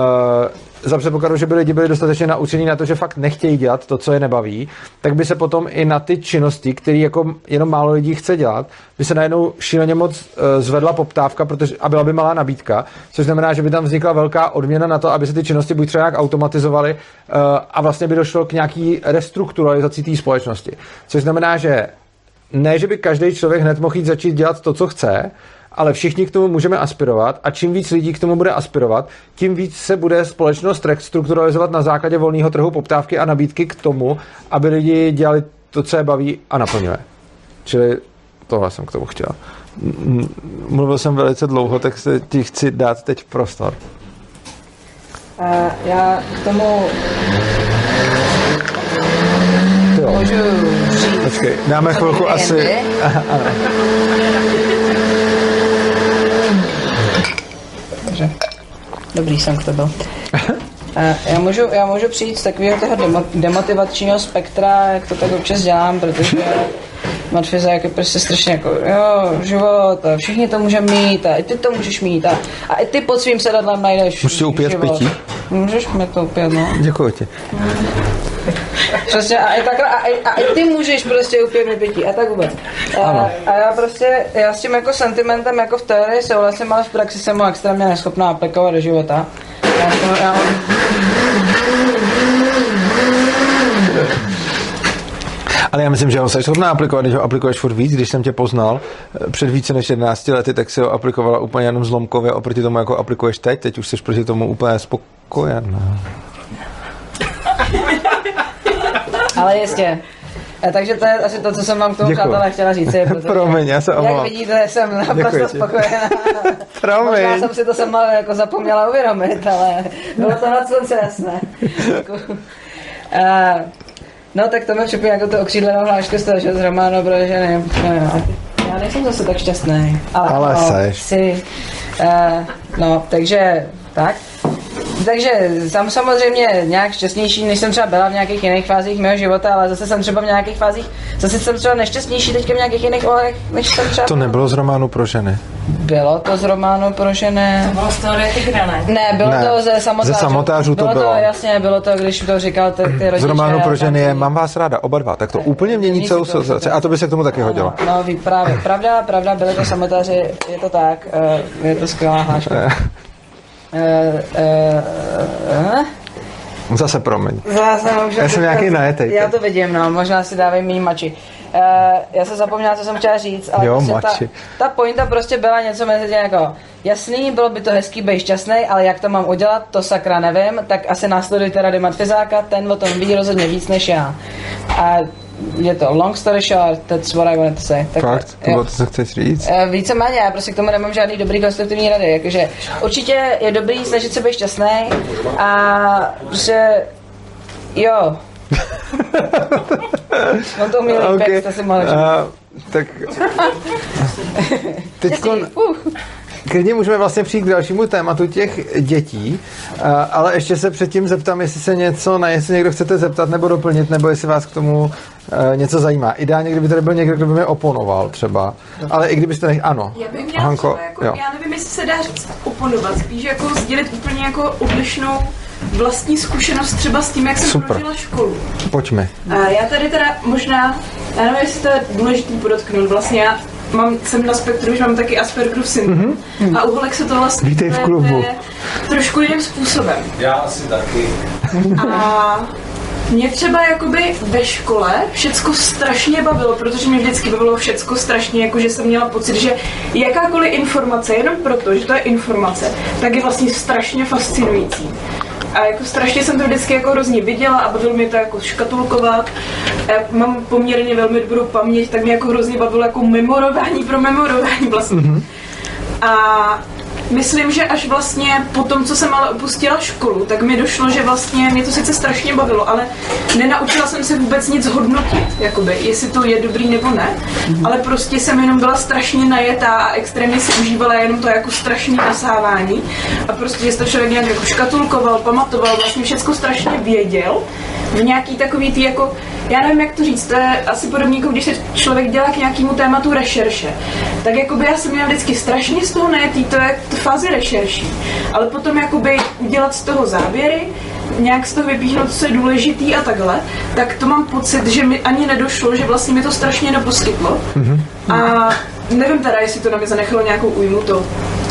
že fakt nechtějí dělat to, co je nebaví, tak by se potom i na ty činnosti, které jako jenom málo lidí chce dělat, by se najednou šíleně moc zvedla poptávka, a byla by malá nabídka, což znamená, že by tam vznikla velká odměna na to, aby se ty činnosti buď třeba nějak automatizovaly a vlastně by došlo k nějaký restrukturalizaci té společnosti. Což znamená, že ne, že by každý člověk hned mohl jít začít dělat to, co chce, ale všichni k tomu můžeme aspirovat a čím víc lidí k tomu bude aspirovat, tím víc se bude společnost strukturalizovat na základě volného trhu poptávky a nabídky k tomu, aby lidi dělali to, co je baví a naplňuje. Čili tohle jsem k tomu chtěl. Mluvil jsem velice dlouho, tak se ti chci dát teď prostor. Já k tomu můžu říct. Počkej, dáme chvilku asi. Ano. Dobře. Dobrý jsem to byl. Já můžu přijít z takového toho demotivačního spektra, jak to tak občas dělám, protože matfiza jako prostě strašně jako, jo, život, a všichni to můžeme mít, a i ty to můžeš mít, a i ty pod svým sedadlem najdeš můžeš upět život. Pití? Můžeš mi to upět, no. Děkuji ti. Přesně, a i ty můžeš prostě upět mi pití, a tak vůbec. Já s tím jako sentimentem jako v teorii souhlasím, ale v praxi jsem ho extrémně neschopná aplikovat do života. Ale já myslím, že ho jsi schopná aplikovat, když ho aplikuješ furt víc. Když jsem tě poznal před více než 11 lety, tak si ho aplikovala úplně jenom zlomkově oproti tomu, jako aplikuješ teď. Teď už jsi proti tomu úplně spokojená. Ale jistě. Takže to je asi to, co jsem vám k tomu, přátelé, chtěla říct. Promiň, já se omlouvám. Jak vidíte, jsem naprosto spokojená. Promiň. Možná jsem si to sama jako zapomněla uvědomit, ale bylo to na slunce jasné. No tak to mě připomíná jako tu okřídlenou hlášku z toho, že z románu, protože ne, já nejsem zase tak šťastný. Ale seš. No, takže tak. Takže jsem samozřejmě nějak šťastnější, než jsem třeba byla v nějakých jiných fázích mého života, ale zase jsem třeba v nějakých fázích, zase jsem třeba nešťastnější teďka v nějakých jiných ohledech, než jsem třeba... To nebylo z románu pro ženy. Bylo to z románu pro ženy. To bylo z teorie tygra, ne? Ne, bylo to ze samotářů. Ze samotářů to bylo. Jasně, bylo to, když to říkal ty rodiče. Z románu pro ženy je Mám vás ráda, oba dva. Tak to úplně mění celou situaci. A to by se k tomu taky hodilo. No, právě. Pravda, byli to samotáři, je to tak. Je to skvělá hláška. Zase promiň. Já jsem nějaký najetej. Já to vidím, no, možná si dávají méně mači. Já jsem zapomněla, co jsem chtěla říct, ale jo, prostě ta pointa prostě byla něco mezi tím jako jasný, bylo by to hezký, být šťastný, ale jak to mám udělat, to sakra nevím, tak asi následujte rady matfizáka, ten o tom ví rozhodně víc než já. A je to long story short, that's what I wanted to say. Tak, fakt? To bylo to, co chceš říct? Víceméně, já prostě k tomu nemám žádný dobrý konstruktivní rady, jakože určitě je dobrý snažit se být šťastný a prostě jo. On to uměl okay. To si mohl říct. Tak teďkon klidně můžeme vlastně přijít k dalšímu tématu těch dětí, ale ještě se předtím zeptám, jestli se jestli někdo chcete zeptat nebo doplnit, nebo jestli vás k tomu něco zajímá. Ideálně, kdyby tady byl někdo, kdo by mě oponoval třeba, ale i kdybyste ano. Já bych měla Hanko, třeba, jako, já nevím, jestli se dá říct oponovat, spíš jako sdělit úplně jako odlišnou vlastní zkušenost třeba s tím, jak jsem prožila školu. Pojďme. Já tady teda možná, já nevím, jestli to je důležitý podotknout, vlastně já jsem na spektru, že mám taky Aspergerův syndrom a u holek se to vlastně vítej v klubu. Trošku jiným způsobem. Já asi taky. A mě třeba jakoby ve škole všecko strašně bavilo, protože mě vždycky bavilo všecko strašně, jakože jsem měla pocit, že jakákoliv informace, jenom proto, že to je informace, tak je vlastně strašně fascinující. A jako strašně jsem to vždycky jako hrozně viděla a bavilo mě to jako škatulkovat. Já mám poměrně velmi dobrou paměť, tak mě jako hrozně bavilo jako memorování pro memorování vlastně. A myslím, že až vlastně po tom, co jsem ale opustila školu, tak mi došlo, že vlastně mě to sice strašně bavilo, ale nenaučila jsem se vůbec nic hodnotit, jakoby, jestli to je dobrý nebo ne, ale prostě jsem jenom byla strašně najetá a extrémně si užívala jenom to jako strašný nasávání a prostě, že to člověk nějak jako škatulkoval, pamatoval, vlastně všecko strašně věděl, v nějaký takový ty jako, já nevím, jak to říct, to je asi podobně, jako když se člověk dělá k nějakému tématu rešerše. Tak jakoby já jsem měla vždycky strašně z toho najetý, to je fázi rešerší, ale potom jakoby udělat z toho závěry, nějak z toho vypíchnout, co je důležitý a takhle, tak to mám pocit, že mi ani nedošlo, že vlastně mi to strašně neposkytlo. A nevím teda, jestli to na mě zanechalo nějakou újmu, to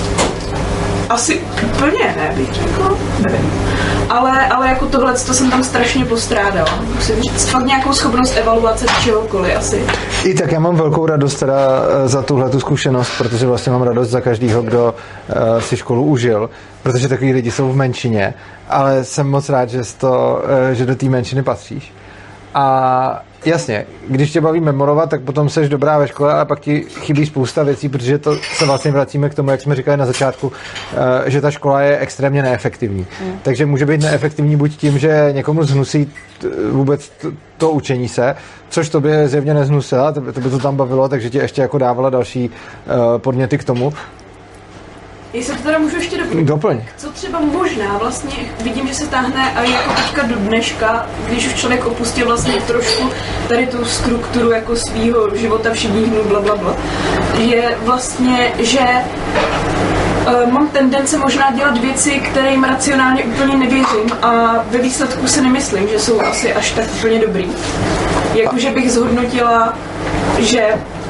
asi úplně ne, bych řekl, nevím. Ale jako tohle, to jsem tam strašně postrádala. Musím říct, fakt nějakou schopnost evaluace čehokoliv asi. I tak já mám velkou radost teda za tuhletu zkušenost, protože vlastně mám radost za každýho, kdo si školu užil, protože takový lidi jsou v menšině, ale jsem moc rád, že do té menšiny patříš. A jasně, když tě baví memorovat, tak potom seš dobrá ve škole, ale pak ti chybí spousta věcí, protože to se vlastně vracíme k tomu, jak jsme říkali na začátku, že ta škola je extrémně neefektivní. Takže může být neefektivní buď tím, že někomu zhnusí vůbec to učení se, což tobě zjevně nezhnusila, tebe to tam bavilo, takže ti ještě jako dávala další podněty k tomu. Jestli to teda můžu ještě doplnit. Co třeba možná vlastně vidím, že se táhne a jako teďka do dneška, když už člověk opustil vlastně trošku tady tu strukturu jako svýho života všedních dnů, blablabla, je vlastně, že mám tendence možná dělat věci, kterým racionálně úplně nevěřím a ve výsledku si nemyslím, že jsou asi až tak úplně dobrý. Jakože bych zhodnotila, že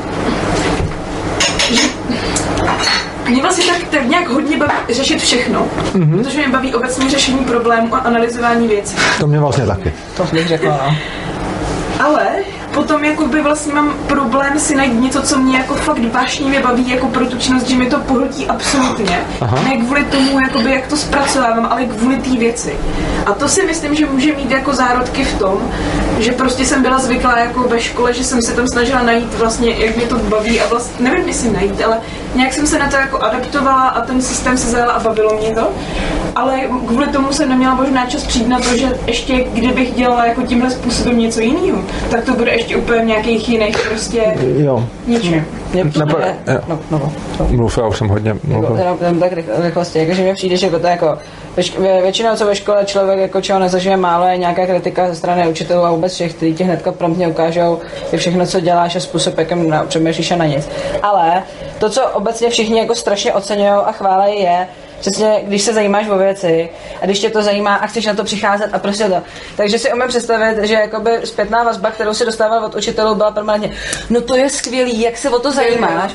mě vlastně tak nějak hodně baví řešit všechno, protože mě baví obecně řešení problémů a analyzování věcí. To mě vlastně taky. To bych řekla, no. Ale potom jakoby vlastně mám problém si najít něco, co mě jako fakt vášnivě baví jako pro tu činnost, že mi to pohltí absolutně. Ne kvůli tomu, jakoby, jak to zpracovávám, ale kvůli té věci. A to si myslím, že může mít jako zárodky v tom, že prostě jsem byla zvyklá jako ve škole, že jsem se tam snažila najít vlastně, jak mě to baví a vlastně, nevím, jestli najít, ale nějak jsem se na to jako adaptovala a ten systém se zajala a bavilo mě to. Ale kvůli tomu jsem neměla možná čas přijít na to, že ještě kdybych dělala jako tímhle způsobem něco jiného, tak to bude ještě úplně v nějakých jiných prostě ničem. Mluv, já už jsem hodně mluvil. Jenom tak rychlosti, jakože mě přijde, že to jako většinou, co ve škole člověk jako čeho nezažije málo, je nějaká kritika ze strany učitelů a vůbec všech, kteří ti hnedka promptně ukážou, je všechno, co děláš a způsob, jakým přemýšlíš a na nic. Ale to, co obecně všichni jako strašně oceňují a chválí, je přesně, když se zajímáš o věci a když tě to zajímá a chceš na to přicházet a prostě to. Takže si umím představit, že jakoby zpětná vazba, kterou si dostával od učitelů, byla permanentně, no to je skvělý, jak se o to zajímáš,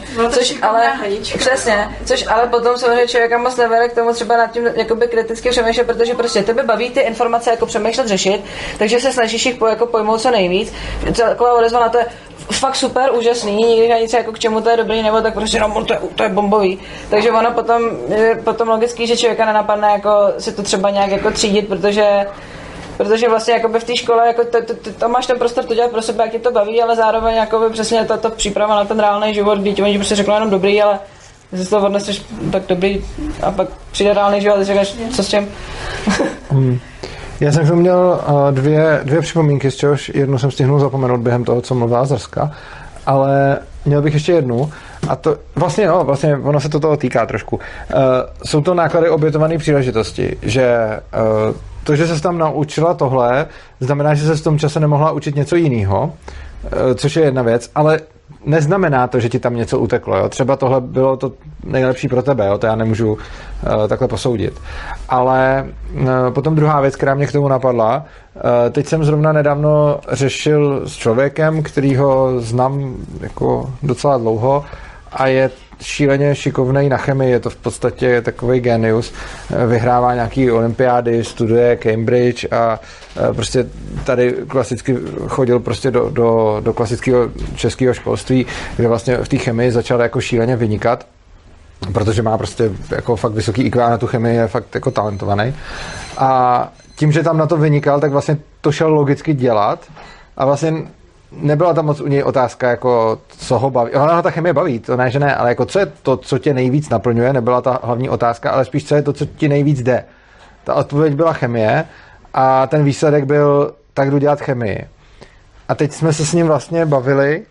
což ale potom samozřejmě člověka moc nevede k tomu třeba nad tím jakoby kriticky přemýšlet, protože prostě tebe baví ty informace jako přemýšlet, řešit, takže se snažíš jich jako pojmout co nejvíc. Celková odezva na to je fakt super, úžasný, nikdy ani jako k čemu to je dobrý, nebo tak prostě no, to je bombový. Takže ono potom logický, že člověka nenapadne jako si to třeba nějak jako třídit, protože vlastně jakoby v té škole jako to máš ten prostor to dělat pro sebe, jak tě to baví, ale zároveň jakoby přesně to příprava na ten reálný život, kdy ti oni prostě řeknou jenom dobrý, ale když si to odneseš tak dobrý a pak přijde reálný život a řekneš, co s čem. Já jsem měl dvě připomínky, z čehož jednu jsem stihnul zapomenout během toho, co mluvila Zrska, ale měl bych ještě jednu a to vlastně ono se to toho týká trošku. Jsou to náklady obětované příležitosti, že to, že se tam naučila tohle, znamená, že se v tom čase nemohla učit něco jiného, což je jedna věc, ale neznamená to, že ti tam něco uteklo. Jo? Třeba tohle bylo to nejlepší pro tebe, jo? To já nemůžu takhle posoudit. Ale potom druhá věc, která mě k tomu napadla, teď jsem zrovna nedávno řešil s člověkem, kterýho znám jako docela dlouho a je šíleně šikovnej na chemii, je to v podstatě takovej genius, vyhrává nějaký olympiády, studuje Cambridge a prostě tady klasicky chodil prostě do klasického českého školství, kde vlastně v té chemii začal jako šíleně vynikat, protože má prostě jako fakt vysoký IQ na tu chemii, je fakt jako talentovaný. A tím, že tam na to vynikal, tak vlastně to šel logicky dělat a vlastně nebyla tam moc u něj otázka, jako co ho baví. Ona ta chemie baví, to ne, že ne, ale jako co je to, co tě nejvíc naplňuje, nebyla ta hlavní otázka, ale spíš co je to, co ti nejvíc jde. Ta odpověď byla chemie a ten výsledek byl, tak jdu dělat chemii. A teď jsme se s ním vlastně bavili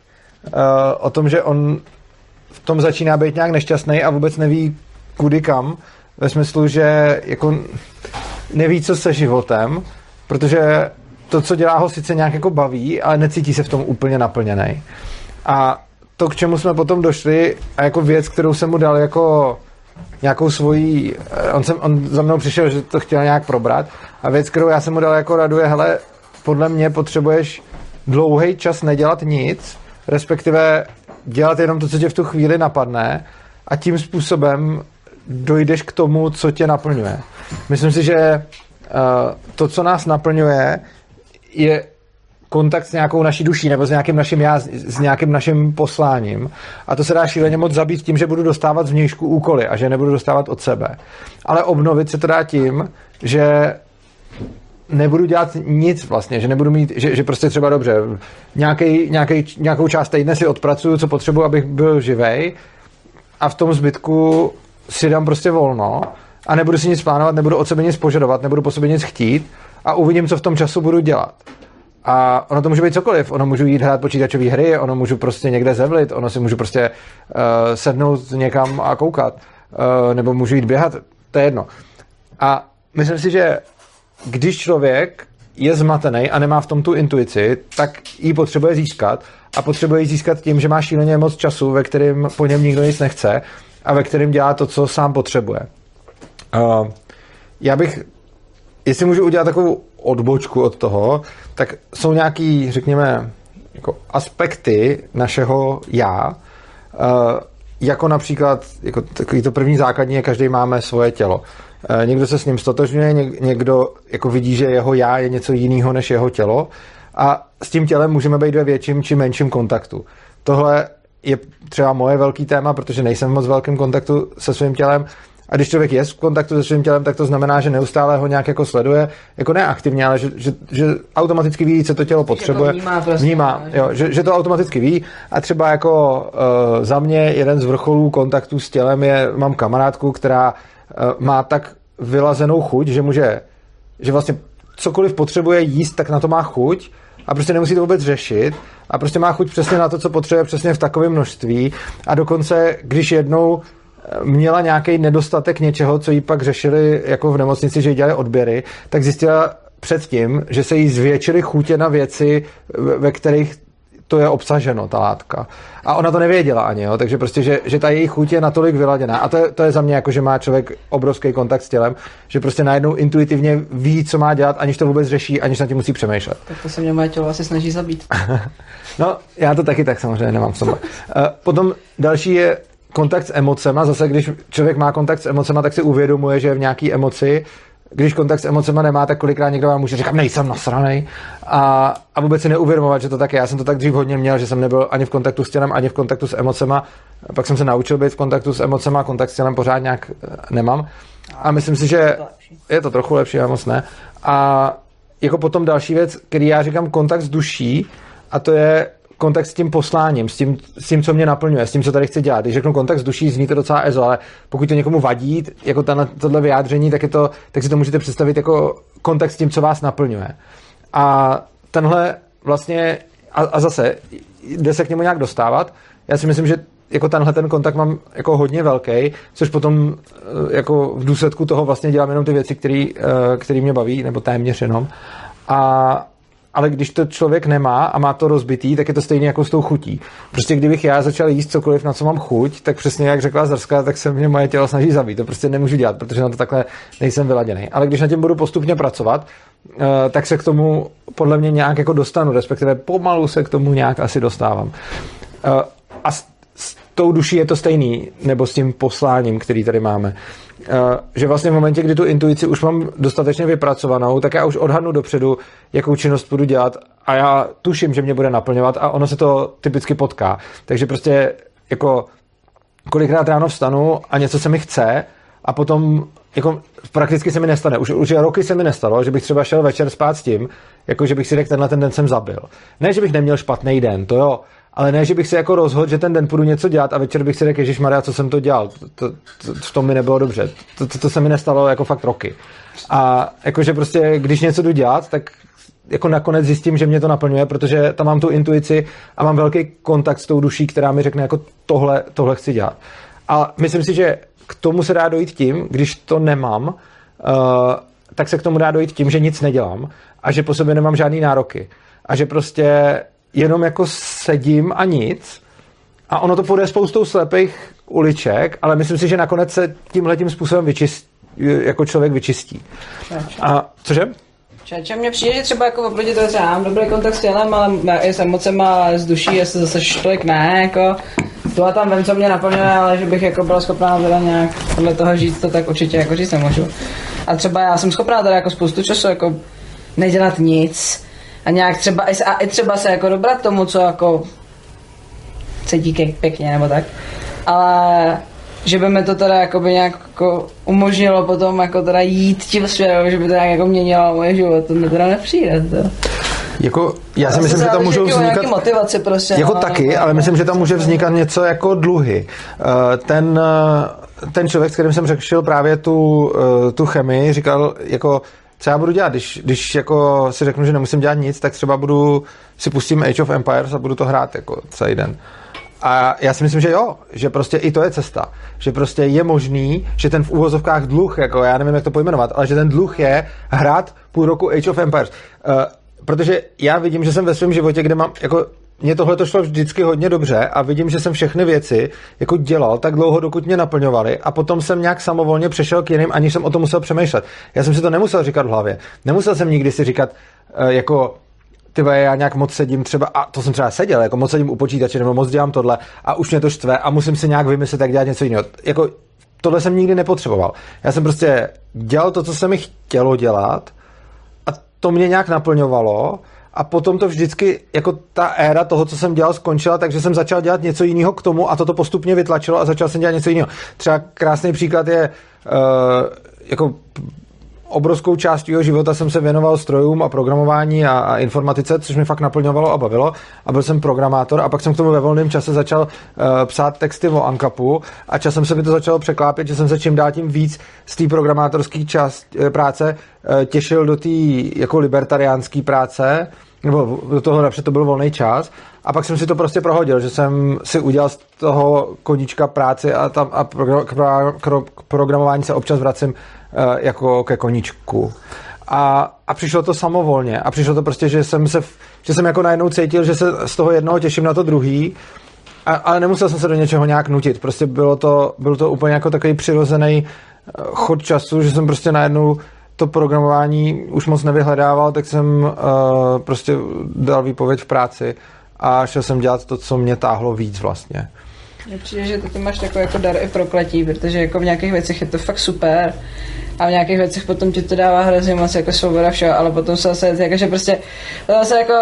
o tom, že on v tom začíná být nějak nešťastný a vůbec neví kudy kam, ve smyslu, že jako neví, co se životem, protože to, co dělá, ho sice nějak jako baví, ale necítí se v tom úplně naplněnej. A to, k čemu jsme potom došli, a jako věc, kterou jsem mu dal jako nějakou svoji, on za mnou přišel, že to chtěl nějak probrat, a věc, kterou já jsem mu dal jako radu je, hele, podle mě potřebuješ dlouhý čas nedělat nic, respektive dělat jenom to, co tě v tu chvíli napadne, a tím způsobem dojdeš k tomu, co tě naplňuje. Myslím si, že to, co nás naplňuje, je kontakt s nějakou naší duší nebo s nějakým naším já, s nějakým naším posláním. A to se dá šíleně moc zabít tím, že budu dostávat zvnějšku úkoly a že nebudu dostávat od sebe. Ale obnovit se to dá tím, že nebudu dělat nic vlastně, že nebudu mít, že prostě třeba dobře, nějakou část týdne si odpracuju, co potřebuji, abych byl živej, a v tom zbytku si dám prostě volno a nebudu si nic plánovat, nebudu od sebe nic požadovat, nebudu po sobě nic chtít a uvidím, co v tom času budu dělat. A ono to může být cokoliv. Ono můžu jít hrát počítačové hry, ono můžu prostě někde zevlit, ono si můžu prostě sednout někam a koukat, nebo můžu jít běhat, to je jedno. A myslím si, že když člověk je zmatený a nemá v tom tu intuici, tak ji potřebuje získat a potřebuje ji získat tím, že má šíleně moc času, ve kterém po něm nikdo nic nechce a ve kterém dělá to, co sám potřebuje. Já bych, jestli můžu udělat takovou odbočku od toho, tak jsou nějaký, řekněme, jako aspekty našeho já, jako například, jako takový to první základní je, každý máme svoje tělo. Někdo se s ním stotožňuje, někdo jako vidí, že jeho já je něco jiného než jeho tělo a s tím tělem můžeme být ve větším či menším kontaktu. Tohle je třeba moje velký téma, protože nejsem v moc velkém kontaktu se svým tělem. A když člověk je v kontaktu se svým tělem, tak to znamená, že neustále ho nějak jako sleduje, jako ne aktivně, ale že automaticky ví, co to tělo potřebuje. Vnímá, jo, že to automaticky ví. A třeba jako za mě jeden z vrcholů kontaktu s tělem je, mám kamarádku, která má tak vylazenou chuť, že vlastně cokoliv potřebuje jíst, tak na to má chuť a prostě nemusí to vůbec řešit a prostě má chuť přesně na to, co potřebuje, přesně v takovém množství, a dokonce, když jednou měla nějaký nedostatek něčeho, co jí pak řešili jako v nemocnici, že jí dělali odběry, tak zjistila předtím, že se jí zvětšily chutě na věci, ve kterých to je obsaženo, ta látka. A ona to nevěděla ani, jo? Takže prostě, že ta její chuť je natolik vyladěná. A to je za mě jako, že má člověk obrovský kontakt s tělem, že prostě najednou intuitivně ví, co má dělat, aniž to vůbec řeší, aniž na tím musí přemýšlet. Tak to se mě moje tělo asi snaží zabít. No, já to taky tak samozřejmě nemám v sobě. Potom další je kontakt s emocema. Zase, když člověk má kontakt s emocema, tak si uvědomuje, že je v nějaký emoci. Když kontakt s emocema nemá, tak kolikrát někdo vám může říkat, nejsem nasranej. A vůbec si neuvědomovat, že to tak je. Já jsem to tak dřív hodně měl, že jsem nebyl ani v kontaktu s tělem, ani v kontaktu s emocema. Pak jsem se naučil být v kontaktu s emocema, kontakt s tělem pořád nějak nemám. A myslím si, že je to trochu lepší, ale moc ne. A jako potom další věc, který já říkám kontakt s duší, a to je kontakt s tím posláním, s tím, co mě naplňuje, s tím, co tady chci dělat. Když řeknu kontakt s duší, zní to docela ezo, ale pokud to někomu vadí, jako tohle vyjádření, tak si to můžete představit jako kontakt s tím, co vás naplňuje. A tenhle vlastně, a zase, jde se k němu nějak dostávat. Já si myslím, že jako tenhle ten kontakt mám jako hodně velký, což potom jako v důsledku toho vlastně dělám jenom ty věci, které mě baví, nebo téměř jenom. Ale když to člověk nemá a má to rozbitý, tak je to stejně jako s tou chutí. Prostě kdybych já začal jíst cokoliv, na co mám chuť, tak přesně jak řekla Zrska, tak se mě moje tělo snaží zabít. To prostě nemůžu dělat, protože na to takhle nejsem vyladěný. Ale když na tím budu postupně pracovat, tak se k tomu podle mě nějak jako dostanu, respektive pomalu se k tomu nějak asi dostávám. A s tou duší je to stejný, nebo s tím posláním, který tady máme. Že vlastně v momentě, kdy tu intuici už mám dostatečně vypracovanou, tak já už odhadnu dopředu, jakou činnost budu dělat a já tuším, že mě bude naplňovat a ono se to typicky potká. Takže prostě jako kolikrát ráno vstanu a něco se mi chce a potom jako prakticky se mi nestane. Už roky se mi nestalo, že bych třeba šel večer spát s tím, jako že bych si řekl, ten den jsem zabil. Ne, že bych neměl špatný den, to jo, ale ne, že bych si jako rozhodl, že ten den půjdu něco dělat a večer bych si řekl, ježišmarja, co jsem to dělal. V tom mi nebylo dobře. To se mi nestalo jako fakt roky. A jakože prostě, když něco jdu dělat, tak jako nakonec zjistím, že mě to naplňuje, protože tam mám tu intuici a mám velký kontakt s tou duší, která mi řekne, jako tohle chci dělat. A myslím si, že k tomu se dá dojít tím, když to nemám, tak se k tomu dá dojít tím, že nic nedělám a že po sobě nemám žádný nároky. A že prostě jenom jako sedím a nic a ono to půjde spoustou slepých uliček, ale myslím si, že nakonec se tímhletím způsobem jako člověk vyčistí. A cože? Mně přijde, že třeba jako oproti toho třeba mám dobrý kontakt s tělem, ale i s emocema, ale s duší, jestli zase člověk ne, jako tu a tam vem, co mě naplňuje, ale že bych jako byla schopná teda nějak podle toho žít, to tak určitě jako říct nemůžu. A třeba já jsem schopná teda jako spoustu času jako nedělat nic a nějak třeba i třeba se jako dobrat tomu, co jako cítí pěkně nebo tak, ale že by mi to teda jakoby nějak jako umožnilo potom jako teda jít tím směrem, že by to nějak jako měnilo moje život, to mi teda nepřijde. To. Jako, já si myslím, že tam můžou vznikat motivace prostě, jako taky, ale myslím, že tam může vznikat něco jako dluhy. Ten člověk, s kterým jsem řešil právě tu chemii, říkal jako co já budu dělat, když jako si řeknu, že nemusím dělat nic, tak třeba si pustím Age of Empires a budu to hrát jako celý den. A já si myslím, že jo, že prostě i to je cesta. Že prostě je možný, že ten v úvozovkách dluh, jako já nevím, jak to pojmenovat, ale že ten dluh je hrát půl roku Age of Empires. Protože já vidím, že jsem ve svém životě, kde mám, jako mně tohle to šlo vždycky hodně dobře a vidím, že jsem všechny věci jako dělal tak dlouho, dokud mě naplňovaly a potom jsem nějak samovolně přešel k jiným, aniž jsem o tom musel přemýšlet. Já jsem si to nemusel říkat v hlavě. Nemusel jsem nikdy si říkat jako já nějak moc sedím třeba, a to jsem třeba seděl, jako moc sedím u počítače, nebo moc dělám tohle a už mě to štve a musím si nějak vymyslet, jak dělat něco jiného. Jako tohle jsem nikdy nepotřeboval. Já jsem prostě dělal to, co se mi chtělo dělat a to mě nějak naplňovalo a potom to vždycky, jako ta éra toho, co jsem dělal, skončila, takže jsem začal dělat něco jiného k tomu a to postupně vytlačilo a začal jsem dělat něco jiného. Třeba krásný příklad je jako obrovskou část jeho života jsem se věnoval strojům a programování a informatice, což mi fakt naplňovalo a bavilo a byl jsem programátor a pak jsem k tomu ve volném čase začal psát texty o ANCAPu a časem se mi to začalo překlápět, že jsem se čím dál tím víc z té programátorské práce těšil do té jako libertariánské práce, nebo do toho napřed to byl volný čas a pak jsem si to prostě prohodil, že jsem si udělal z toho koníčka práci a tam a k programování se občas vracím jako ke koníčku. A přišlo to samovolně a přišlo to prostě, že jsem jako najednou cítil, že se z toho jednoho těším na to druhý, ale nemusel jsem se do něčeho nějak nutit, prostě byl to úplně jako takový přirozený chod času, že jsem prostě najednou to programování už moc nevyhledával, tak jsem prostě dal výpověď v práci a šel jsem dělat to, co mě táhlo víc vlastně. Mně přijde, že ty máš takový jako dar i prokletí, protože jako v nějakých věcech je to fakt super a v nějakých věcech potom ti to dává hrozně moc jako svoboda všeho, ale potom se zase jakože prostě zase jako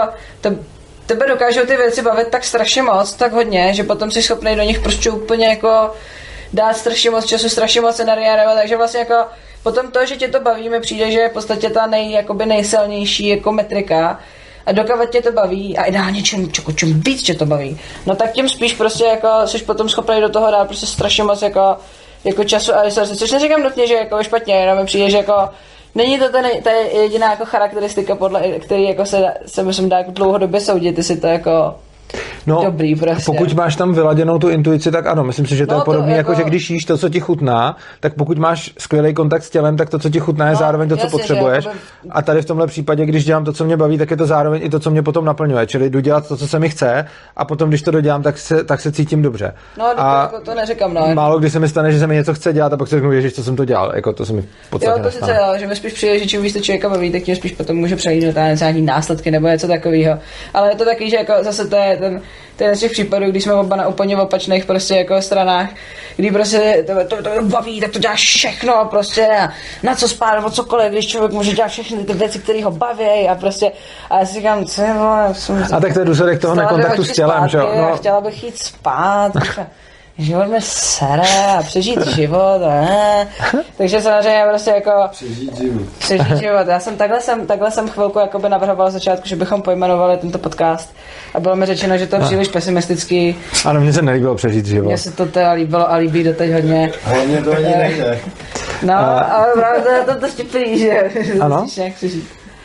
tebe dokážou ty věci bavit tak strašně moc, tak hodně, že potom jsi schopný do nich prostě úplně jako dát strašně moc času, strašně moc energie, takže vlastně jako potom to, že tě to baví, mi přijde, že je v podstatě ta nejsilnější jako metrika. A dokud tě to baví a ideálně čím víc tě to baví, no tak tím spíš prostě jako jsi potom schopný do toho dát prostě strašně moc jako času a resurse, což neříkám nutně, že jako špatně, jenom mi přijde, že jako není to ta jediná jako charakteristika, podle který jako se musím dát jako dlouhodobě soudit, jestli to jako dobrý prostě. Pokud máš tam vyladěnou tu intuici, tak ano, myslím si, že to je podobné, jako že když jíš to, co ti chutná, tak pokud máš skvělý kontakt s tělem, tak to, co ti chutná, je zároveň to, co potřebuješ. A tady v tomhle případě, když dělám to, co mě baví, tak je to zároveň i to, co mě potom naplňuje. Čili jdu dělat to, co se mi chce, a potom, když to dodělám, tak se cítím dobře. No, a to neříkám, no. Málo kdy se mi stane, že se mi něco chce dělat a pak si řeknu, ježiš, co jsem to dělal. Jako to se mi v podstatě nestane. Jo, to sice, že mi spíš přijde, že čím víc to člověka baví, tak tím spíš potom může přejít na nějaký následky nebo něco takového. Ale je to taky, že jako zase to je z těch případů, když jsme oba na úplně opačných prostě jako stranách, kdy prostě to baví, tak to děláš všechno prostě na co spát nebo cokoliv, když člověk může dělat všechny ty věci, které ho baví a prostě a já si říkám, co je, a tak to je důsledek toho nekontaktu s tělem, že jo? No. Chtěla bych jít spát, život mě sere a přežít život a ne. Takže samozřejmě prostě jako přežít život. Já jsem takhle jsem chvilku jakoby navrhovala začátku, že bychom pojmenovali tento podcast a bylo mi řečeno, že to je příliš pesimistický. Ano, mně se nelíbilo přežít život. Mně se to teda líbilo a líbí doteď hodně. Hlavně to ani nejde. No, ale právě to štěpí, že ano? musíš nějak přežít.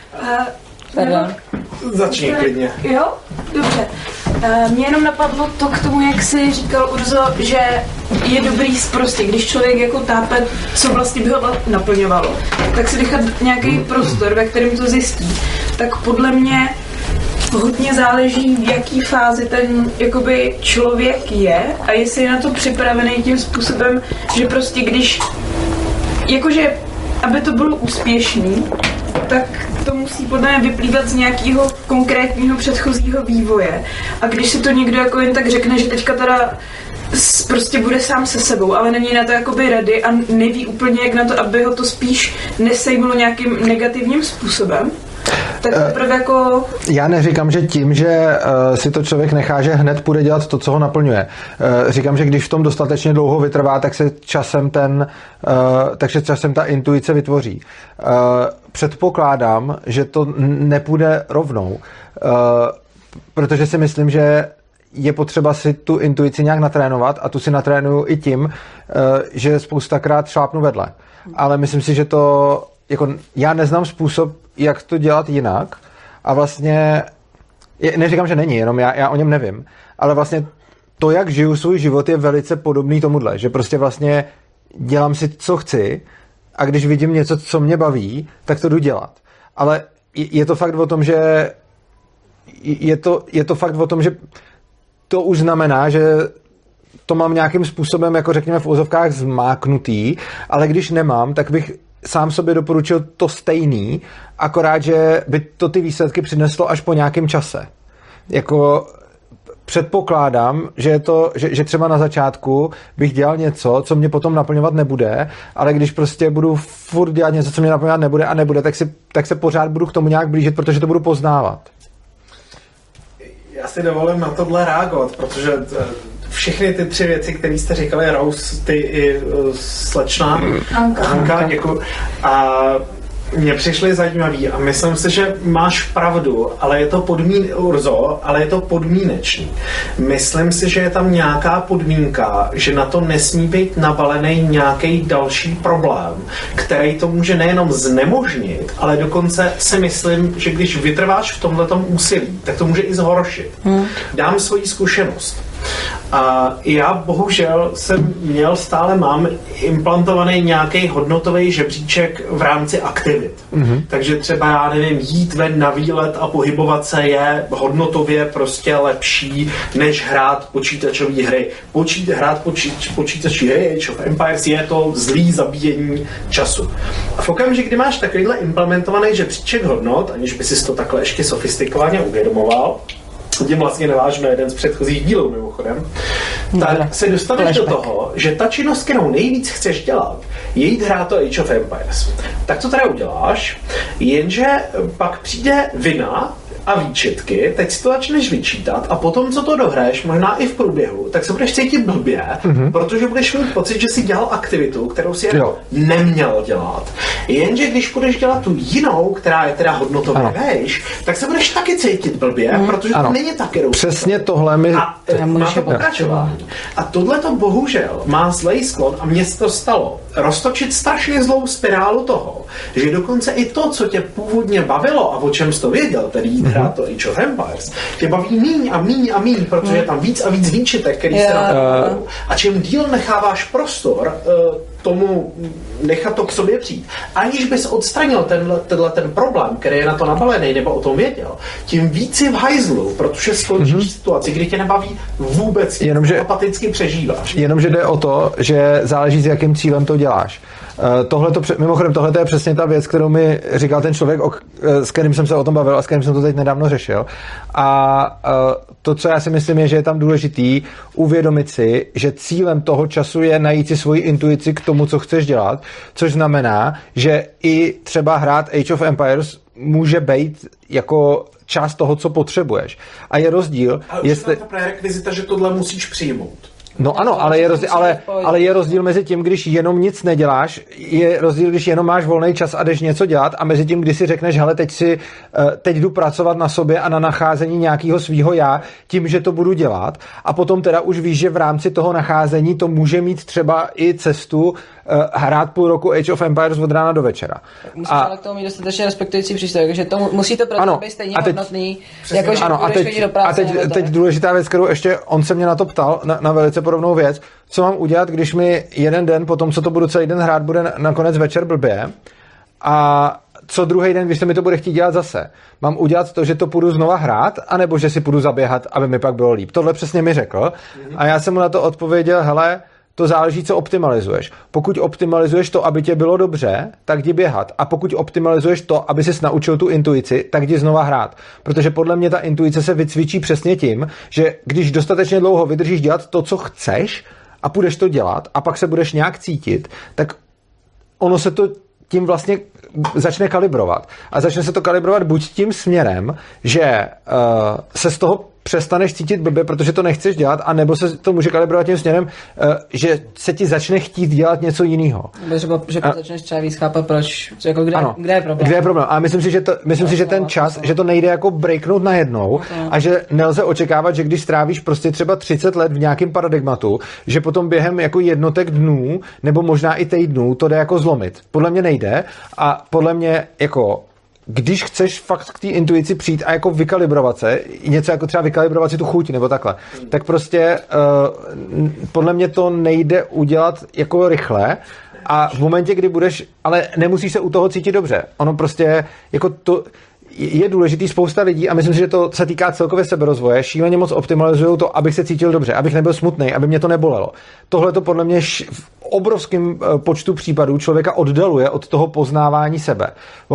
Začni klidně. Jo, dobře. Mě jenom napadlo to k tomu, jak jsi říkal, Urzo, že je dobrý prostě, když člověk jako tápe, co vlastně by ho naplňovalo, tak si nechat nějaký prostor, ve kterém to zjistí. Tak podle mě hodně záleží, v jaký fázi ten jakoby člověk je a jestli je na to připravený tím způsobem, že prostě když jakože, aby to bylo úspěšný, tak to musí podle mě vyplývat z nějakého konkrétního předchozího vývoje. A když si to někdo jako jen tak řekne, že teďka teda prostě bude sám se sebou, ale není na to jakoby ready a neví úplně jak na to, aby ho to spíš nesejmulo nějakým negativním způsobem, tak teprve jako... Já neříkám, že tím, že si to člověk nechá, že hned půjde dělat to, co ho naplňuje. Říkám, že když v tom dostatečně dlouho vytrvá, tak se časem ta intuice vytvoří. Předpokládám, že to nepůjde rovnou, protože si myslím, že je potřeba si tu intuici nějak natrénovat a tu si natrénuju i tím, že spoustakrát šlápnu vedle. Ale myslím si, že to jako já neznám způsob, jak to dělat jinak a vlastně neříkám, že není, jenom já o něm nevím, ale vlastně to, jak žiju svůj život, je velice podobný tomuhle, že prostě vlastně dělám si, co chci a když vidím něco, co mě baví, tak to jdu dělat. Ale je to fakt o tom, že je to fakt o tom, že to už znamená, že to mám nějakým způsobem, jako řekněme v úzovkách, zmáknutý, ale když nemám, tak bych sám sobě doporučil to stejný, akorát, že by to ty výsledky přineslo až po nějakém čase. Jako předpokládám, že třeba na začátku bych dělal něco, co mě potom naplňovat nebude, ale když prostě budu furt dělat něco, co mě naplňovat nebude, tak se pořád budu k tomu nějak blížit, protože to budu poznávat. Já si dovolím na tohle reagovat, protože všechny ty 3 věci, které jste říkali, Rose, ty i slečna Hanka, děkuji. A mně přišly zajímavý a myslím si, že máš pravdu, ale je to Urzo, ale je to podmínečný. Myslím si, že je tam nějaká podmínka, že na to nesmí být nabalený nějaký další problém, který to může nejenom znemožnit, ale dokonce si myslím, že když vytrváš v tomhletom úsilí, tak to může i zhoršit. Dám svoji zkušenost. A já bohužel mám implantovaný nějaký hodnotový žebříček v rámci aktivit. Takže třeba, já nevím, jít ven na výlet a pohybovat se je hodnotově prostě lepší, než hrát počítačové hry. Hrát počítačové hry Age of Empires je to zlý zabíjení času. A v okamžiku, kdy máš takovýhle implementovaný žebříček hodnot, aniž by si to takhle ještě sofistikovaně uvědomoval, tím vlastně navážu na jeden z předchozích dílů mimochodem, tak se dostaneš do toho, že ta činnost, kterou nejvíc chceš dělat, je jít hrát to Age of Empires. Tak to teda uděláš, jenže pak přijde vina a výčitky, teď si to začneš vyčítat a potom, co to dohraješ, možná i v průběhu, tak se budeš cítit blbě, protože budeš mít pocit, že jsi dělal aktivitu, kterou si jako neměl dělat. Jenže když budeš dělat tu jinou, která je teda hodnotově vejš, tak se budeš taky cítit blbě, protože to není tak jedou. Přesně tohle mi... A má to pokračování. A tohle to bohužel má zlej sklon a mně se to stalo. Roztočit strašně zlou spirálu toho, že dokonce i to, co tě původně bavilo a o čem jsi to věděl, tedy hrát to Age of Empires, tě baví míň a míň a míň, protože je tam víc a víc výčitek, který se na to a čím díl necháváš prostor tomu nechat to k sobě přijít, aniž bys odstranil ten problém, který je na to nabalený, nebo o tom věděl, tím víc si v hajzlu, protože skončíš v situaci, kdy tě nebaví vůbec, apaticky přežíváš. Jenomže jde o to, že záleží, s jakým cílem to děláš. Mimochodem, tohle je přesně ta věc, kterou mi říkal ten člověk, s kterým jsem se o tom bavil a s kterým jsem to teď nedávno řešil. A to, co já si myslím, je, že je tam důležitý uvědomit si, že cílem toho času je najít si svoji intuici k tomu, co chceš dělat, což znamená, že i třeba hrát Age of Empires může být jako část toho, co potřebuješ. A je rozdíl, jestli... ta prerekvizita, že tohle musíš přijmout. No ano, ale je rozdíl mezi tím, když jenom nic neděláš, je rozdíl, když jenom máš volný čas a jdeš něco dělat, a mezi tím, když si řekneš, hele, teď jdu pracovat na sobě a na nacházení nějakého svýho já, tím, že to budu dělat, a potom teda už víš, že v rámci toho nacházení to může mít třeba i cestu hrát půl roku Age of Empires od rána do večera. Musíš ale k tomu mít dostatečně respektující přístup, takže to musí to pro být stejně hodnotný, jako že budeš chodit do práce. A teď důležitá věc, kterou ještě on se mě na to ptal, na velice podobnou věc, co mám udělat, když mi jeden den po tom, co to budu celý den hrát, bude nakonec večer blbě, a co druhý den, když se mi to bude chtít dělat zase. Mám udělat to, že to půjdu znova hrát, anebo že si půjdu zaběhat, aby mi pak bylo líp. Tohle přesně mi řekl a já jsem mu na to odpověděl, hele, to záleží, co optimalizuješ. Pokud optimalizuješ to, aby tě bylo dobře, tak jdi běhat. A pokud optimalizuješ to, aby ses naučil tu intuici, tak jdi znova hrát. Protože podle mě ta intuice se vycvičí přesně tím, že když dostatečně dlouho vydržíš dělat to, co chceš, a půjdeš to dělat a pak se budeš nějak cítit, tak ono se to tím vlastně začne kalibrovat. A začne se to kalibrovat buď tím směrem, že se z toho přestaneš cítit blbě, protože to nechceš dělat, anebo se to může kalibrovat tím směrem, že se ti začne chtít dělat něco jiného. Nebo že začneš třeba víc chápat, proč, jako kde je problém. Kde je problém. A myslím si, že ten čas, že to nejde jako breaknout najednou a že nelze očekávat, že když strávíš prostě třeba 30 let v nějakém paradigmatu, že potom během jako jednotek dnů, nebo možná i týdnů, to jde jako zlomit. Podle mě nejde a podle mě jako když chceš fakt k té intuici přijít a jako vykalibrovat se, něco jako třeba vykalibrovat si tu chuť nebo takhle, tak prostě podle mě to nejde udělat jako rychle a v momentě, kdy budeš, ale nemusíš se u toho cítit dobře. Ono prostě jako to je důležitý, spousta lidí, a myslím si, že to se týká celkově seberozvoje, šíleně moc optimalizují to, abych se cítil dobře, abych nebyl smutný, aby mě to nebolelo. Tohle to podle mě v obrovském počtu případů člověka oddaluje od toho poznávání sebe. V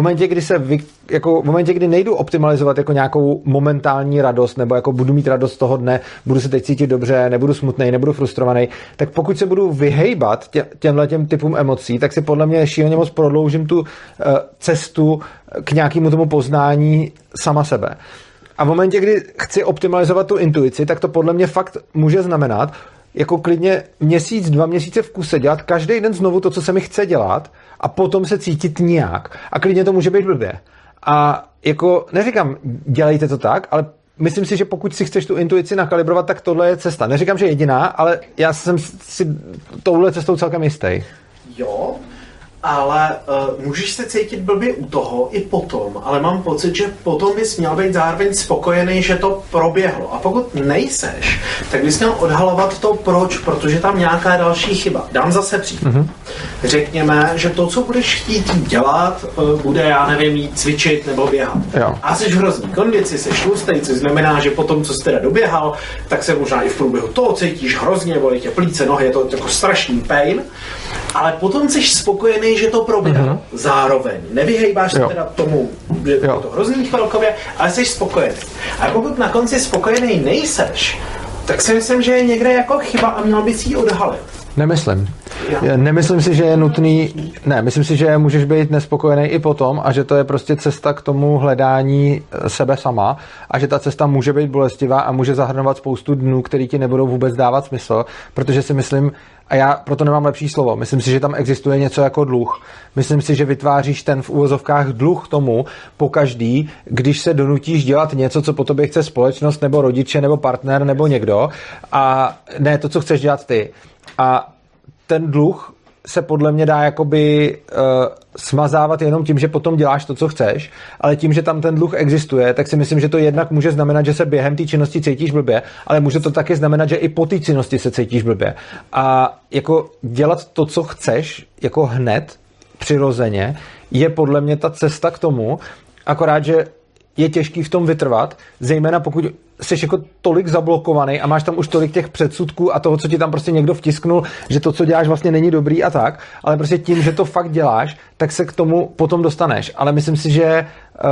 momentě, kdy nejdu optimalizovat jako nějakou momentální radost, nebo jako budu mít radost toho dne, budu se teď cítit dobře, nebudu smutný, nebudu frustrovaný, tak pokud se budu vyhejbat těmhletěm typům emocí, tak si podle mě šíleně moc prodloužím tu cestu k nějakému tomu poznání sama sebe. A v momentě, kdy chci optimalizovat tu intuici, tak to podle mě fakt může znamenat jako klidně měsíc, 2 měsíce v kuse dělat každý den znovu to, co se mi chce dělat, a potom se cítit nějak. A klidně to může být blbě. A jako neříkám, dělejte to tak, ale myslím si, že pokud si chceš tu intuici nakalibrovat, tak tohle je cesta. Neříkám, že jediná, ale já jsem si touhle cestou celkem jistý. Jo, ale můžeš se cítit blbě u toho i potom, ale mám pocit, že potom bys měl být zároveň spokojený, že to proběhlo. A pokud nejseš, tak bys měl odhalovat to proč, protože tam nějaká další chyba. Dám zase příklad. Řekněme, že to, co budeš chtít dělat, bude, já nevím, jít cvičit nebo běhat. Jo. A jsi hrozný kondici, jsi tlustej, což znamená, že potom, co jsi teda doběhal, tak se možná i v průběhu toho cítíš hrozně, bolí tě plíce, nohy, je to jako strašný pain, ale potom jsi spokojený, že to proběhlo. Zároveň nevyhejbáš se teda tomu, že je to hrozný chvilkově, ale jsi spokojený. A pokud na konci spokojený nejseš, tak si myslím, že je někde jako chyba a měl bys ji odhalit. Nemyslím. Nemyslím si, že je nutný, myslím si, že můžeš být nespokojený i potom a že to je prostě cesta k tomu hledání sebe sama a že ta cesta může být bolestivá a může zahrnovat spoustu dnů, který ti nebudou vůbec dávat smysl, protože si myslím, a já proto nemám lepší slovo, myslím si, že tam existuje něco jako dluh. Myslím si, že vytváříš ten v úvozovkách dluh tomu pokaždý, když se donutíš dělat něco, co po tobě chce společnost nebo rodiče nebo partner nebo někdo a ne to, co chceš dělat ty. A ten dluh se podle mě dá jakoby smazávat jenom tím, že potom děláš to, co chceš, ale tím, že tam ten dluh existuje, tak si myslím, že to jednak může znamenat, že se během té činnosti cítíš blbě, ale může to taky znamenat, že i po té činnosti se cítíš blbě. A jako dělat to, co chceš, jako hned, přirozeně, je podle mě ta cesta k tomu, akorát, že je těžký v tom vytrvat, zejména pokud jsi jako tolik zablokovaný a máš tam už tolik těch předsudků a toho, co ti tam prostě někdo vtisknul, že to, co děláš, vlastně není dobrý a tak, ale prostě tím, že to fakt děláš, tak se k tomu potom dostaneš. Ale myslím si, že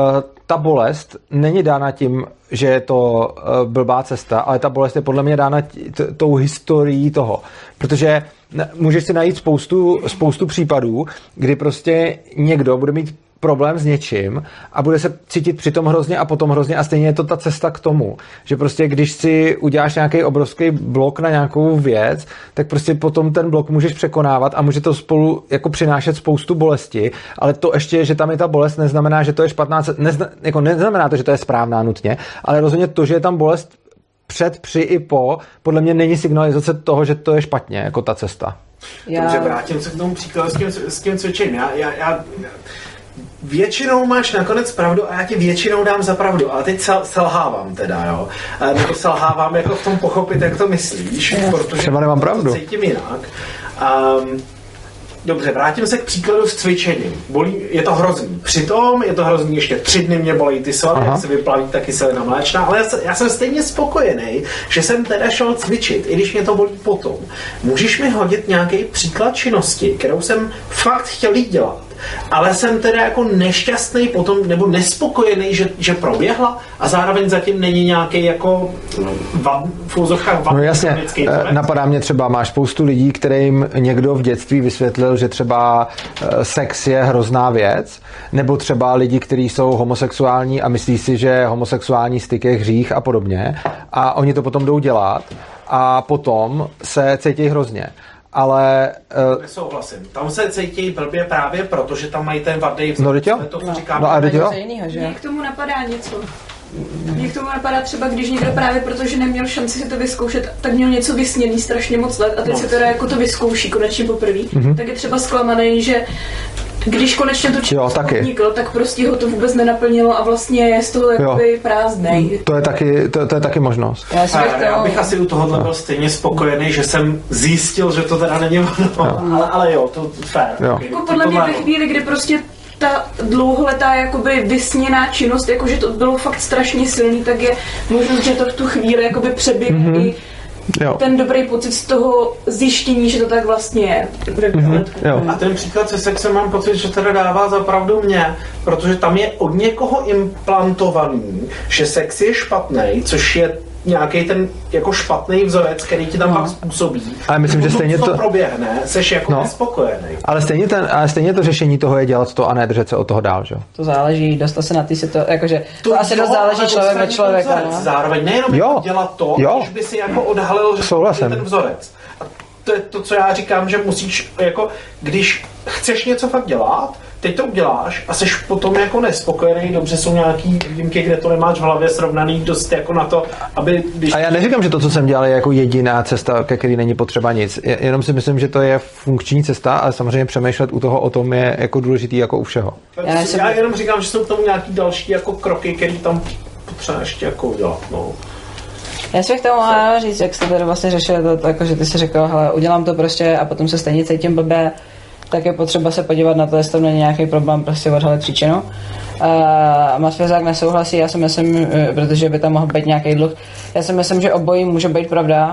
ta bolest není dána tím, že je to blbá cesta, ale ta bolest je podle mě dána tou historií toho. Protože můžeš si najít spoustu případů, kdy prostě někdo bude mít problém s něčím a bude se cítit přitom hrozně a potom hrozně a stejně je to ta cesta k tomu, že prostě když si uděláš nějaký obrovský blok na nějakou věc, tak prostě potom ten blok můžeš překonávat a může to spolu jako přinášet spoustu bolesti, ale to ještě, že tam je ta bolest, neznamená, že to je špatná neznamená to, že to je správná nutně, ale rozhodně to, že je tam bolest před, při i po, podle mě není signalizace toho, že to je špatně, jako ta cesta. Dobře, vrátím se k tomu příkladu s tím cvičením. Já většinou máš nakonec pravdu a já ti většinou dám za pravdu, ale teď selhávám teda, jo. Nebo selhávám jako v tom pochopit, jak to myslíš, protože třeba nemám pravdu. To cítím jinak. Dobře, vrátím se k příkladu s cvičením. Bolí, je to hrozný. Přitom je to hrozný, ještě 3 dny mě bolí ty svaly, jak se vyplaví ta kyselina mléčná, ale já jsem stejně spokojený, že jsem teda šel cvičit, i když mě to bolí potom. Můžeš mi hodit nějaký příklad činnosti, kterou jsem fakt chtěl jít dělat, ale jsem teda jako nešťastný potom, nebo nespokojený, že proběhla a zároveň zatím není nějaký jako v úzovkách no jasně, napadá mě třeba, máš spoustu lidí, kterým někdo v dětství vysvětlil, že třeba sex je hrozná věc, nebo třeba lidi, kteří jsou homosexuální a myslí si, že homosexuální styk je hřích a podobně a oni to potom jdou dělat a potom se cítí hrozně. Ale nesouhlasím. Tam se cítí blbě právě proto, že tam mají ten vadný vzor. Mně k tomu napadá něco. Mně k tomu napadá třeba, když někdo právě protože neměl šanci si to vyzkoušet, tak měl něco vysněný strašně moc let a teď se teda jako to vyzkouší konečně poprvé, tak je třeba zklamaný, že když konečně to člověk podnikl, tak prostě ho to vůbec nenaplnilo a vlastně je z toho jakoby prázdnej. To je taky možnost. Já bych asi u tohohle byl stejně spokojený, že jsem zjistil, že to teda není ono, ale jo, to fér. Jako podle mě ve chvíli, kdy prostě ta dlouholetá jakoby vysněná činnost, jakože to bylo fakt strašně silný, tak je možnost, že to v tu chvíli jakoby přeběhne i ten dobrý pocit z toho zjištění, že to tak vlastně je. A ten příklad se sexem mám pocit, že teda dává za pravdu mě, protože tam je od někoho implantovaný, že sex je špatný, což je nějaký ten jako špatný vzorec, který ti tam pak způsobí. Ale myslím, že stejně to proběhne, seš jako nespokojený. Ale stejně to řešení toho je dělat to a ne držet se od toho dál, že? To záleží, dostat se na ty situace, jakože to asi dost záleží člověk na člověka. Zároveň nejenom dělat to, když by si jako odhalil, že je ten vzorec. to je to, co já říkám, že musíš, jako, když chceš něco fakt dělat, teď to uděláš a seš potom jako nespokojený, dobře jsou nějaký výjimky, kde to nemáš v hlavě srovnaný dost jako na to, aby... Když... A já neříkám, že to, co jsem dělal, je jako jediná cesta, ke který není potřeba nic. Jenom si myslím, že to je funkční cesta, ale samozřejmě přemýšlet u toho o tom je jako důležitý jako u všeho. Já jenom říkám, že jsou k tomu nějaký další jako kroky, které tam potřeba ještě jako udělat. No. Já si bych tomu mohla říct, jak jste tady vlastně řešili to jako, že ty jsi řekl, hele, udělám to prostě a potom se stejně cítím blbě, tak je potřeba se podívat na to, jestli tam není nějaký problém, prostě odhalit příčinu. Masvězák nesouhlasí, já si myslím, protože by tam mohl být nějaký dluh. Já si myslím, že obojí může být pravda.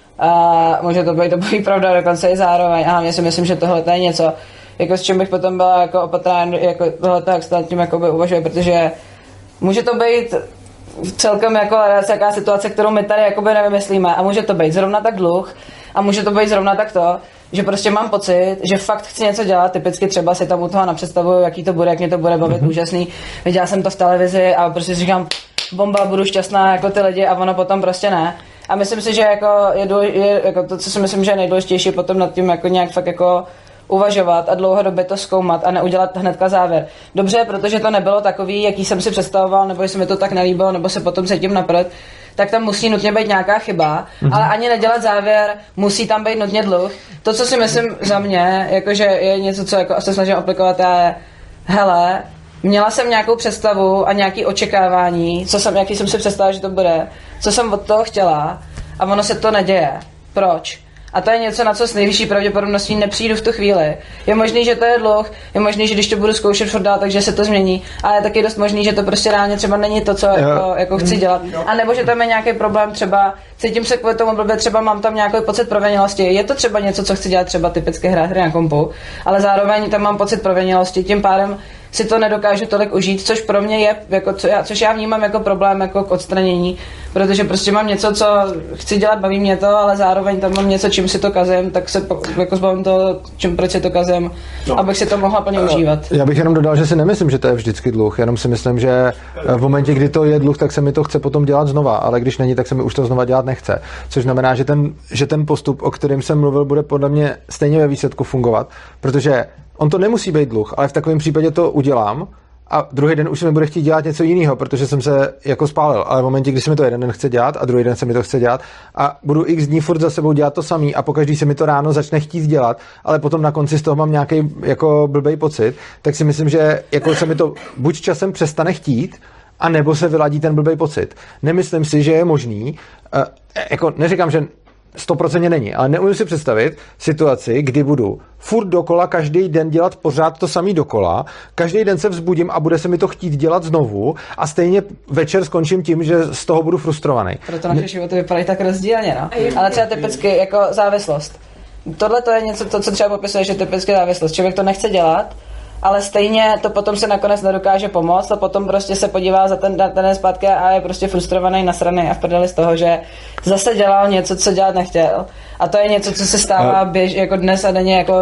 Může to být obojí pravda dokonce i zároveň. A já si myslím, že tohle je něco, jako s čím bych potom byla jako opatrná, jako tohle jak se tím jakoby uvažuje, protože může to být celkem jako jaká situace, kterou my tady jakoby nevymyslíme a může to být zrovna tak dluh a může to být zrovna tak to, že prostě mám pocit, že fakt chci něco dělat, typicky třeba si tam u toho napředstavuju, jaký to bude, jak mě to bude bavit, úžasný. Viděla jsem to v televizi a prostě si říkám, bomba, budu šťastná jako ty lidi a ono potom prostě ne. A myslím si, že jako je jako to, co si myslím, že je nejdůležitější potom nad tím jako nějak fakt jako uvažovat a dlouhodobě to zkoumat a neudělat hnedka závěr. Dobře, protože to nebylo takový, jaký jsem si představoval, nebo se mi to tak nelíbilo, nebo se potom cítím naprd, tak tam musí nutně být nějaká chyba, ale ani nedělat závěr, musí tam být nutně dluh. To, co si myslím za mě, jakože je něco, co jako se snažím aplikovat, je hele, měla jsem nějakou představu a nějaké očekávání, jaký jsem si představila, že to bude, co jsem od toho chtěla a ono se to neděje. Proč? A to je něco, na co s nejvyšší pravděpodobností nepřijdu v tu chvíli. Je možný, že to je dluh, je možný, že když to budu zkoušet furt dál, takže se to změní, ale je taky dost možný, že to prostě reálně třeba není to, co jako chci dělat. A nebo že tam je nějaký problém, třeba cítím se kvůli tomu blbě, třeba mám tam nějaký pocit prověnilosti. Je to třeba něco, co chci dělat, třeba typicky hrát hry na kompu, ale zároveň tam mám pocit prověnilosti, tím pádem si to nedokážu tolik užít, což pro mě je, jako, což já vnímám jako problém jako k odstranění, protože prostě mám něco, co chci dělat, baví mě to, ale zároveň tam mám něco, čím si to kazím, tak se jako zbavím toho, proč si to kazím, abych si to mohla plně užívat. Já bych jenom dodal, že si nemyslím, že to je vždycky dluh, jenom si myslím, že v momentě, kdy to je dluh, tak se mi to chce potom dělat znova, ale když není, tak se mi už to znova dělat nechce. Což znamená, že ten postup, o kterém jsem mluvil, bude podle mě stejně ve výsledku fungovat, protože on to nemusí být dluh, ale v takovém případě to udělám a druhý den už se mi bude chtít dělat něco jiného, protože jsem se jako spálil. Ale v momentě, kdy se mi to jeden den chce dělat a druhý den se mi to chce dělat a budu x dní furt za sebou dělat to samý a pokaždý se mi to ráno začne chtít dělat, ale potom na konci z toho mám nějaký jako blbej pocit, tak si myslím, že jako se mi to buď časem přestane chtít, a nebo se vyladí ten blbej pocit. Nemyslím si, že je možný, jako neříkám, že 100% není, ale neumím si představit situaci, kdy budu furt dokola každý den dělat pořád to samý dokola, každý den se vzbudím a bude se mi to chtít dělat znovu a stejně večer skončím tím, že z toho budu frustrovaný. Proto naše životy vypadají tak rozdílně, no. Ale třeba typicky jako závislost. Tohle to je něco, co třeba popisuje, že typicky závislost. Člověk to nechce dělat, ale stejně to potom se nakonec nedokáže pomoct a potom prostě se podívá za ten zpátky a je prostě frustrovaný, nasraný a v prdeli z toho, že zase dělal něco, co dělat nechtěl. A to je něco, co se stává jako dnes a denně jako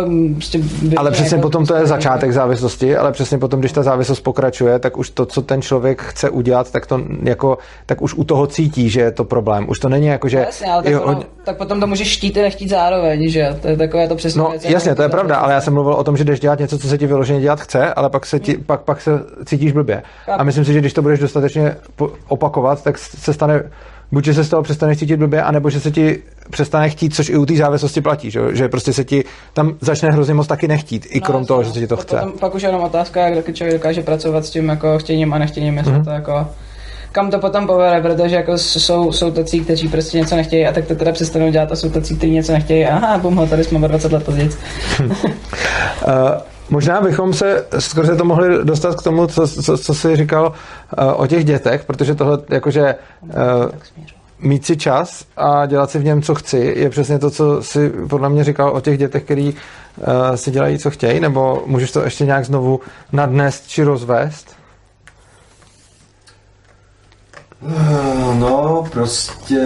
ale přesně jako potom to je začátek závislosti, ale přesně potom, když ta závislost pokračuje, tak už to, co ten člověk chce udělat, tak už u toho cítí, že je to problém. Už to není jako, že... Jasně, ale tak potom to můžeš chtít i nechtít zároveň, že? To je takové to přesně. No jasně, to je pravda, ale já jsem mluvil o tom, že jdeš dělat něco, co se ti vyloženě dělat chce, ale pak se cítíš blbě. A myslím si, že když to budeš dostatečně opakovat, tak se stane buď, že se z toho přestaneš cítit blbě, anebo že se ti přestane chtít, což i u té závislosti platí, že prostě se ti tam začne hrozně moc taky nechtít, i krom toho, že se ti to chce. Pak už jenom otázka, jak člověk dokáže pracovat s tím jako chtěním a nechtěním, jestli to jako kam to potom povede, protože jako jsou tací, kteří prostě něco nechtějí a tak to teda přestanou dělat a jsou tací, kteří něco nechtějí. Aha, bum, tady jsme 20 let později. Možná bychom se skrze to mohli dostat k tomu, co jsi říkal o těch dětech, protože tohle jakože mít si čas a dělat si v něm, co chci, je přesně to, co jsi podle mě říkal o těch dětech, který si dělají, co chtějí, nebo můžeš to ještě nějak znovu nadnést či rozvést? No, prostě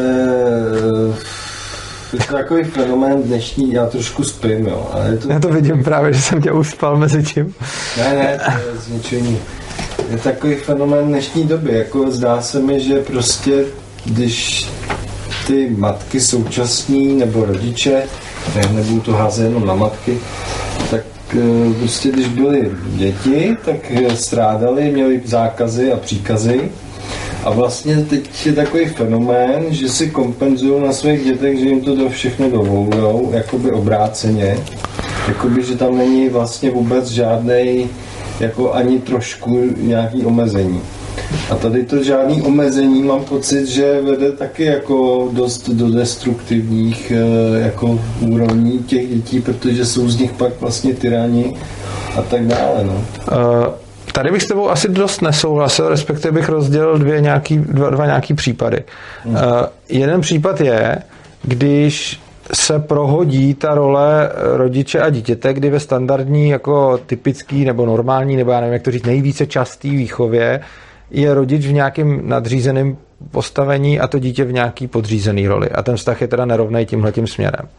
je to takový fenomén dnešní, já trošku spím, jo. Ale je to... Já to vidím právě, že jsem tě uspal mezi tím. Ne, to je zničení. Je takový fenomén dnešní doby, jako zdá se mi, že prostě, když ty matky současní nebo rodiče nebudu to házet jenom na matky, tak prostě když byly děti, tak strádali, měli zákazy a příkazy. A vlastně teď je takový fenomén, že si kompenzují na svých dětech, že jim to všechno dovolujou, jakoby obráceně. Jakoby, že tam není vlastně vůbec žádnej, jako ani trošku nějaký omezení. A tady to žádný omezení, mám pocit, že vede taky jako dost do destruktivních jako úrovní těch dětí, protože jsou z nich pak vlastně tyrani a tak dále. No. Tady bych s tebou asi dost nesouhlasil, respektive bych rozdělil dva nějaký případy. Jeden případ je, když se prohodí ta role rodiče a dítěte, kdy ve standardní jako typický nebo normální, nebo já nevím, jak to říct, nejvíce častý výchově je rodič v nějakém nadřízeném postavení a to dítě v nějaký podřízený roli. A ten vztah je teda nerovnej tímhletím směrem.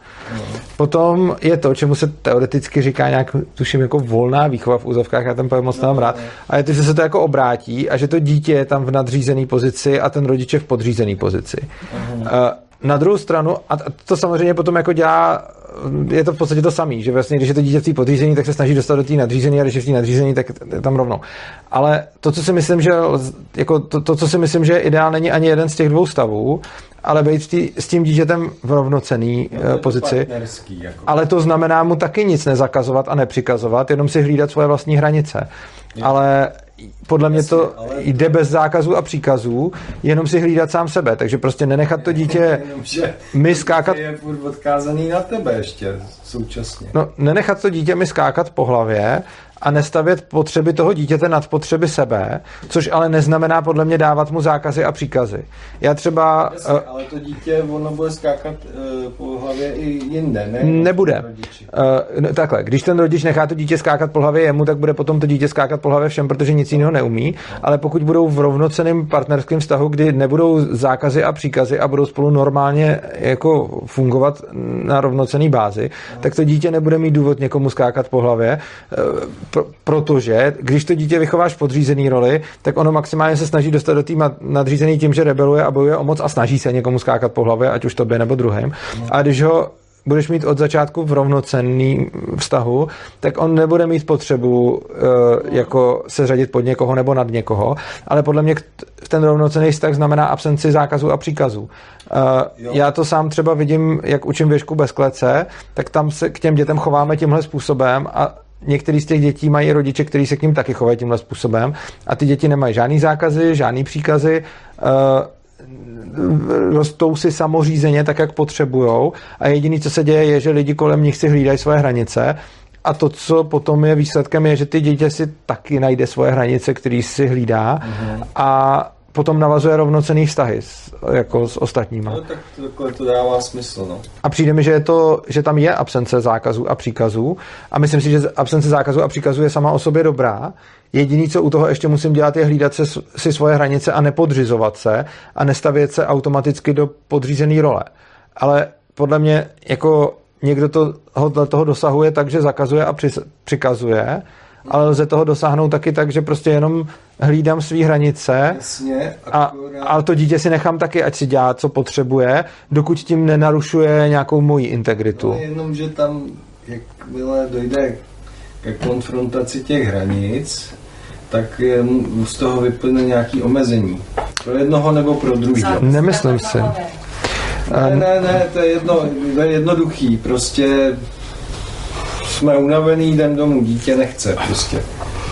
Potom je to, čemu se teoreticky říká nějak, tuším, jako volná výchova v úzovkách, já ten pojem moc nemám rád, a je to, že se to jako obrátí a že to dítě je tam v nadřízený pozici a ten rodič je v podřízený pozici. Na druhou stranu, a to samozřejmě potom jako dělá, je to v podstatě to samé, že vlastně, když je to dítě v té podřízení, tak se snaží dostat do té nadřízené, a když je v té nadřízení, tak je tam rovnou. Ale to, co si myslím, že jako to, co si myslím, že ideál, není ani jeden z těch dvou stavů, ale být s tím dítětem v rovnocenný pozici. Jako. Ale to znamená mu taky nic nezakazovat a nepřikazovat, jenom si hlídat svoje vlastní hranice. Ale podle mě to jde bez zákazů a příkazů, jenom si hlídat sám sebe, takže prostě nenechat to dítě my skákat. Je furt odkázaný na tebe ještě současně. No, nenechat to dítě mi skákat po hlavě a nestavět potřeby toho dítěte nad potřeby sebe, což ale neznamená podle mě dávat mu zákazy a příkazy. Já třeba... Jasně, ale to dítě, ono bude skákat po hlavě i jinde, ne? Nebude. Takhle, když ten rodič nechá to dítě skákat po hlavě jemu, tak bude potom to dítě skákat po hlavě všem, protože nic jiného neumí, ale pokud budou v rovnocenném partnerském vztahu, kdy nebudou zákazy a příkazy a budou spolu normálně jako fungovat na rovnocenné bázi, tak to dítě nebude mít důvod někomu skákat po hlavě, protože když to dítě vychováš v podřízený roli, tak ono maximálně se snaží dostat do té nadřízený tím, že rebeluje a bojuje o moc a snaží se někomu skákat po hlavě, ať už tobě nebo druhým. A když ho budeš mít od začátku v rovnocenným vztahu, tak on nebude mít potřebu jako se řadit pod někoho nebo nad někoho, ale podle mě ten rovnocenný vztah znamená absenci zákazů a příkazů. Já to sám třeba vidím, jak učím věšku bez klece, tak tam se k těm dětem chováme tímhle způsobem a některý z těch dětí mají rodiče, kteří se k ním taky chovají tímhle způsobem a ty děti nemají žádný zákazy, žádný příkazy, rostou si samořízeně tak, jak potřebujou a jediné, co se děje, je, že lidi kolem nich si hlídají svoje hranice a to, co potom je výsledkem, je, že ty dítě si taky najde svoje hranice, který si hlídá a potom navazuje rovnocenný vztahy jako s ostatníma. No, tak to dává smysl, no. A přijde mi, že tam je absence zákazů a příkazů a myslím si, že absence zákazů a příkazů je sama o sobě dobrá. Jediný, co u toho ještě musím dělat, je hlídat si svoje hranice a nepodřizovat se a nestavět se automaticky do podřízené role. Ale podle mě jako někdo toho dosahuje tak, že zakazuje a přikazuje, ale lze toho dosáhnout taky tak, že prostě jenom hlídám svý hranice. Jasně, a to dítě si nechám taky, ať si dělá, co potřebuje, dokud tím nenarušuje nějakou moji integritu. No, jenom, že tam, jakmile dojde k konfrontaci těch hranic, tak z toho vyplyne nějaký omezení. Pro jednoho nebo pro druhého. Nemyslím si. Ne, to je jednoduchý. Prostě jsme unavený, jdem domů, dítě nechce prostě.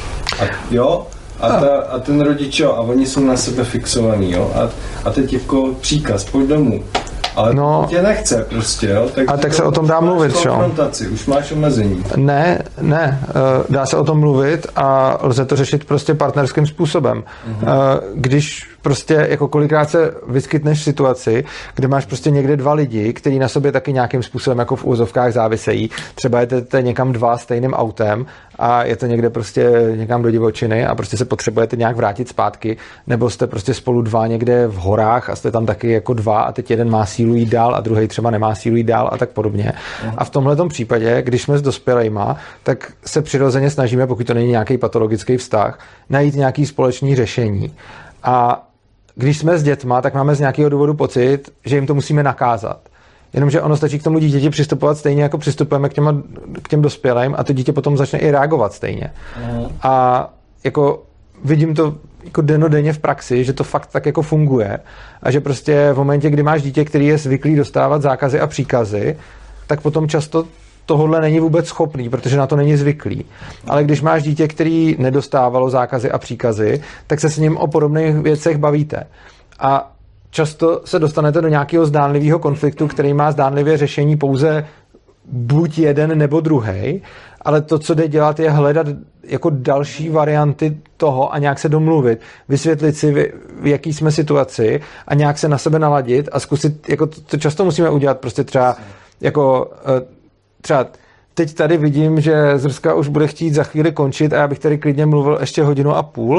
A ten rodič, jo, a oni jsou na sebe fixovaný, jo. A teď jako příkaz, pojď domů. Ale tě nechce prostě, jo. Tak se o tom dá mluvit, jo. Už máš omezení. Ne, dá se o tom mluvit a lze to řešit prostě partnerským způsobem. Když prostě jako kolikrát se vyskytneš v situaci, kde máš prostě někde dva lidi, kteří na sobě taky nějakým způsobem jako v úzovkách závisejí. Třeba jedete někam dva stejným autem a je to někde prostě někam do divočiny a prostě se potřebujete nějak vrátit zpátky, nebo jste prostě spolu dva někde v horách a jste tam taky jako dva a teď jeden má sílu jít dál a druhý třeba nemá sílu jít dál a tak podobně. A v tomhletom případě, když jsme s dospělejma, tak se přirozeně snažíme, pokud to není nějaký patologický vztah, najít nějaký společný řešení. A když jsme s dětma, tak máme z nějakého důvodu pocit, že jim to musíme nakázat. jenomže ono stačí k tomu dítěti přistupovat stejně, jako přistupujeme k těm dospělým a to dítě potom začne i reagovat stejně. A jako vidím to jako dennodenně v praxi, že to fakt tak jako funguje a že prostě v momentě, kdy máš dítě, který je zvyklý dostávat zákazy a příkazy, tak potom často tohodle není vůbec schopný, protože na to není zvyklý. Ale když máš dítě, který nedostávalo zákazy a příkazy, tak se s ním o podobných věcech bavíte. A často se dostanete do nějakého zdánlivého konfliktu, který má zdánlivě řešení pouze buď jeden nebo druhej, ale to, co jde dělat, je hledat jako další varianty toho a nějak se domluvit, vysvětlit si, v jaký jsme situaci a nějak se na sebe naladit a zkusit, jako to často musíme udělat, prostě třeba jako třeba teď tady vidím, že Zrska už bude chtít za chvíli končit a já bych tady klidně mluvil ještě 1.5 hodiny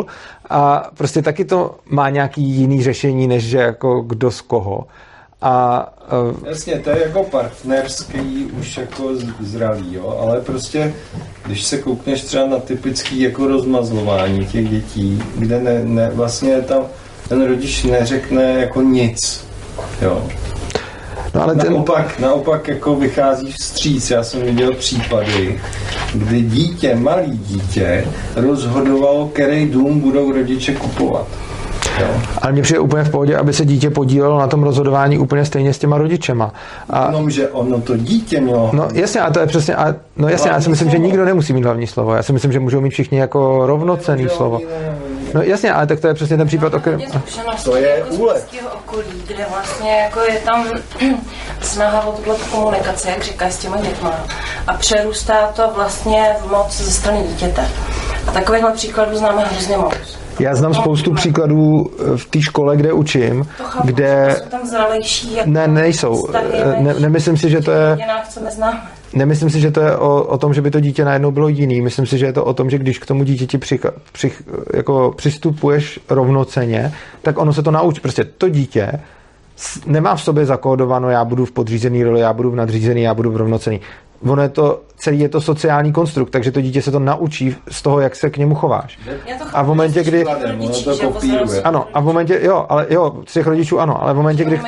a prostě taky to má nějaký jiný řešení, než že jako kdo z koho. A jasně, to je jako partnerský už jako zralý, jo, ale prostě když se koukneš třeba na typický jako rozmazlování těch dětí, kde vlastně tam ten rodič neřekne jako nic, jo. No, ale naopak jako vychází vstříc. Já jsem viděl případy, kdy malý dítě rozhodovalo, který dům budou rodiče kupovat. Jo. Ale mně přijde úplně v pohodě, aby se dítě podílelo na tom rozhodování úplně stejně s těma rodičema. Jenomže ono to dítě mělo. No jasně, a to je přesně, já si myslím, že nikdo nemusí mít hlavní slovo. Já si myslím, že můžou mít všichni jako rovnocenný slovo. No jasně, ale tak to je přesně ten případ, o kterém... To je jako úlet. Z okolí, kde vlastně jako je tam snaha o tuto komunikaci, jak říkáš, s těma dětma. A přerůstá to vlastně v moc ze strany dítěte. A takovýchhle příkladů známe hrozně moc. Já znám spoustu příkladů v té škole, kde učím, kde... Jsou tam zralejší... Jako nejsou. Nemyslím si, že to je... Nemyslím si, že to je o tom, že by to dítě najednou bylo jiný. Myslím si, že je to o tom, že když k tomu dítěti jako přistupuješ rovnocenně, tak ono se to naučí. Prostě to dítě nemá v sobě zakódováno, já budu v podřízený roli, já budu v nadřízený, já budu v rovnocenný. Ono je to, celý je to sociální konstrukt, takže to dítě se to naučí z toho, jak se k němu chováš. A v momentě, kdy... Ano, a v momentě, z těch rodičů ano, ale v momentě, kdy...